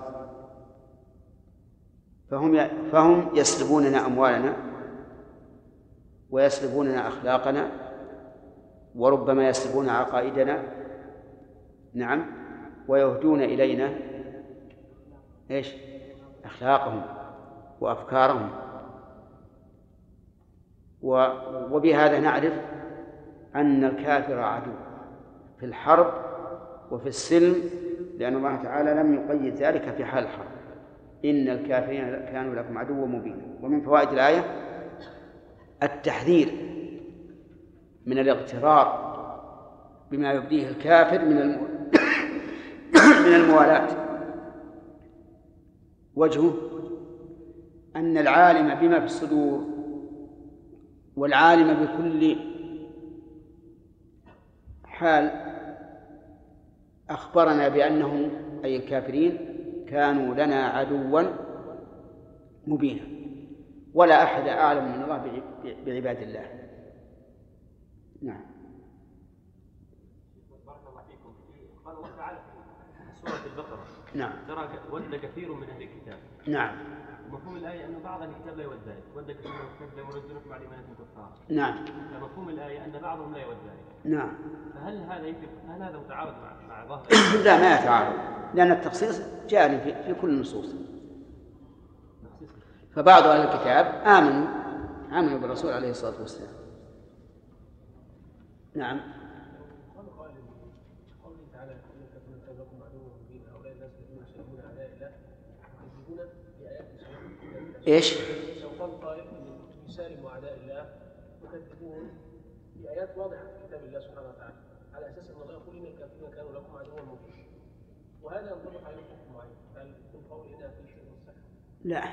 فهم فهم يسلبوننا أموالنا ويسلبوننا أخلاقنا وربما يسلبون عقائدنا، نعم، ويهدون إلينا إيش؟ أخلاقهم وأفكارهم. وبهذا نعرف أن الكافر عدو في الحرب وفي السلم، لأن الله تعالى لم يقيد ذلك في حال الحرب. إن الكافرين كانوا لكم عدوا مبينا. ومن فوائد الآية التحذير من الاغترار بما يبديه الكافر من المو... من الموالاة. وجهه أن العالم بما في الصدور والعالم بكل حال أخبرنا بأنهم أي الكافرين كانوا لنا عدوا مبينا، ولا أحد أعلم من الله بعباد الله. نعم. بارك الله فيكم. قال الله تعالى في سورة البقرة نعم ترى ود كثير من أهل الكتاب. نعم. مفهوم الآية أن بعض الكتاب لا يود ذلك، ود كثير من الكتاب لا يردونكم بعد إيمانكم كفار. نعم. فمفهوم الآية أن بعضهم لا يود ذلك. نعم. فهل هذا يمكن هل هذا متعارض مع مع ظاهر؟ لا، ما يتعارض، لأن التخصيص جاء في, في كل النصوص. فبعض أهل الكتاب آمنوا آمنوا بالرسول عليه الصلاة والسلام. نعم. ايش؟ لو قال قائل يسالموا اعداء الله يكذبون بايات واضحه في كتاب الله سبحانه وتعالى، على اساس ان الله يقول ان الكافرين كانوا لكم عدوا مبينا، وهذا ينطبق على حكم معين. هل يكون قول هنا في شيء من الصحه؟ لا،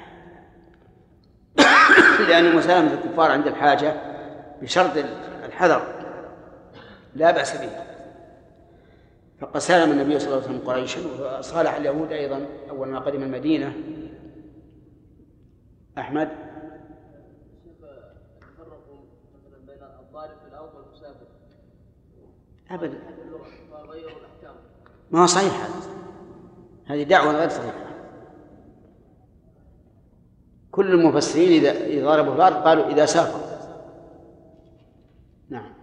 لأن مسالمة الكفار عند الحاجة بشرط الحذر لا بأس به. فقد سالم النبي صلى الله عليه وسلم قريشا، وصالح اليهود أيضا أول ما قدم المدينة. أحمد. تفرقوا مثلا بين الضارب في الأرض والمسافر. أبدا. غيروا الأحكام. ما هو صحيح هذا، هذه دعوة غير صحيحة. كل المفسرين إذا ضربوا الأرض قالوا إذا سافروا. نعم.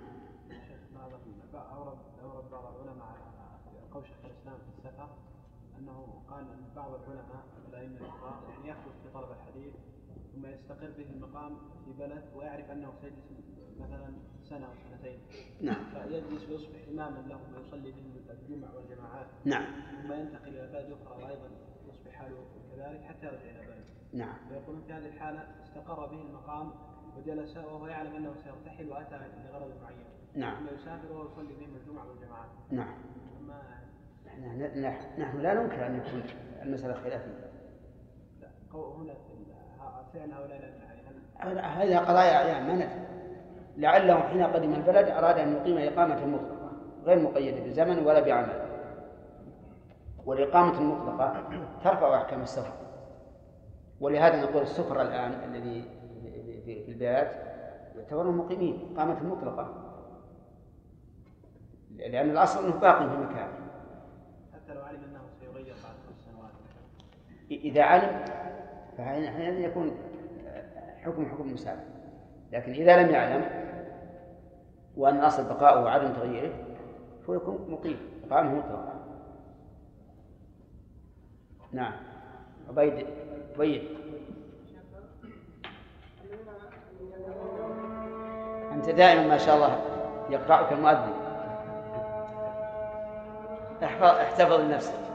أورد أورد بعض العلماء قول شيخ الإسلام في السفر أنه قال أن بعض العلماء الأئمة الكبار يعني يخرج في طلب الحديث ثم يستقر به المقام في بلد ويعرف أنه سيجلس مثلا سنة أو سنتين. نعم. فيجلس ويصبح إماما لهم ويصلي بهم الجمع والجماعات. نعم. ثم ينتقل إلى بلد أخرى وأيضا يصبح حاله كذلك حتى يرجع إلى بلده. نعم. فيقولون في هذه الحالة استقر به المقام وجلس وهو يعلم أنه سيرتحل وأتى لغرض معين. نعم. ثم يسافر وهو يصلي بهم الجمعة والجماعات. نعم. أما نحن, نحن لا ننكر أن يكون المسألة خلافية، هنا فعل هؤلاء يعني هذه قضايا أعيان ما ندري. لعله حين قدم البلد أراد أن يقيم إقامة مطلقة غير مقيدة بزمن ولا بعمل، والإقامة المطلقة ترفع أحكام السفر. ولهذا نقول السفر الآن الذي في البلاد يعتبرون مقيمين إقامة مطلقة، لأن الأصل أنه باقي في مكان حتى لو علم أنه سيغير بعد خمس سنوات. إذا علم فحينئذ يكون حكم حكم مسافر، لكن إذا لم يعلم وأن الأصل بقاؤه وعدم تغييره فهو يكون مقيم إقامة مطلقة. نعم. عبيد عبيد أنت دائما ما شاء الله يقرأك المؤذن. احفظ احتفظ لنفسك.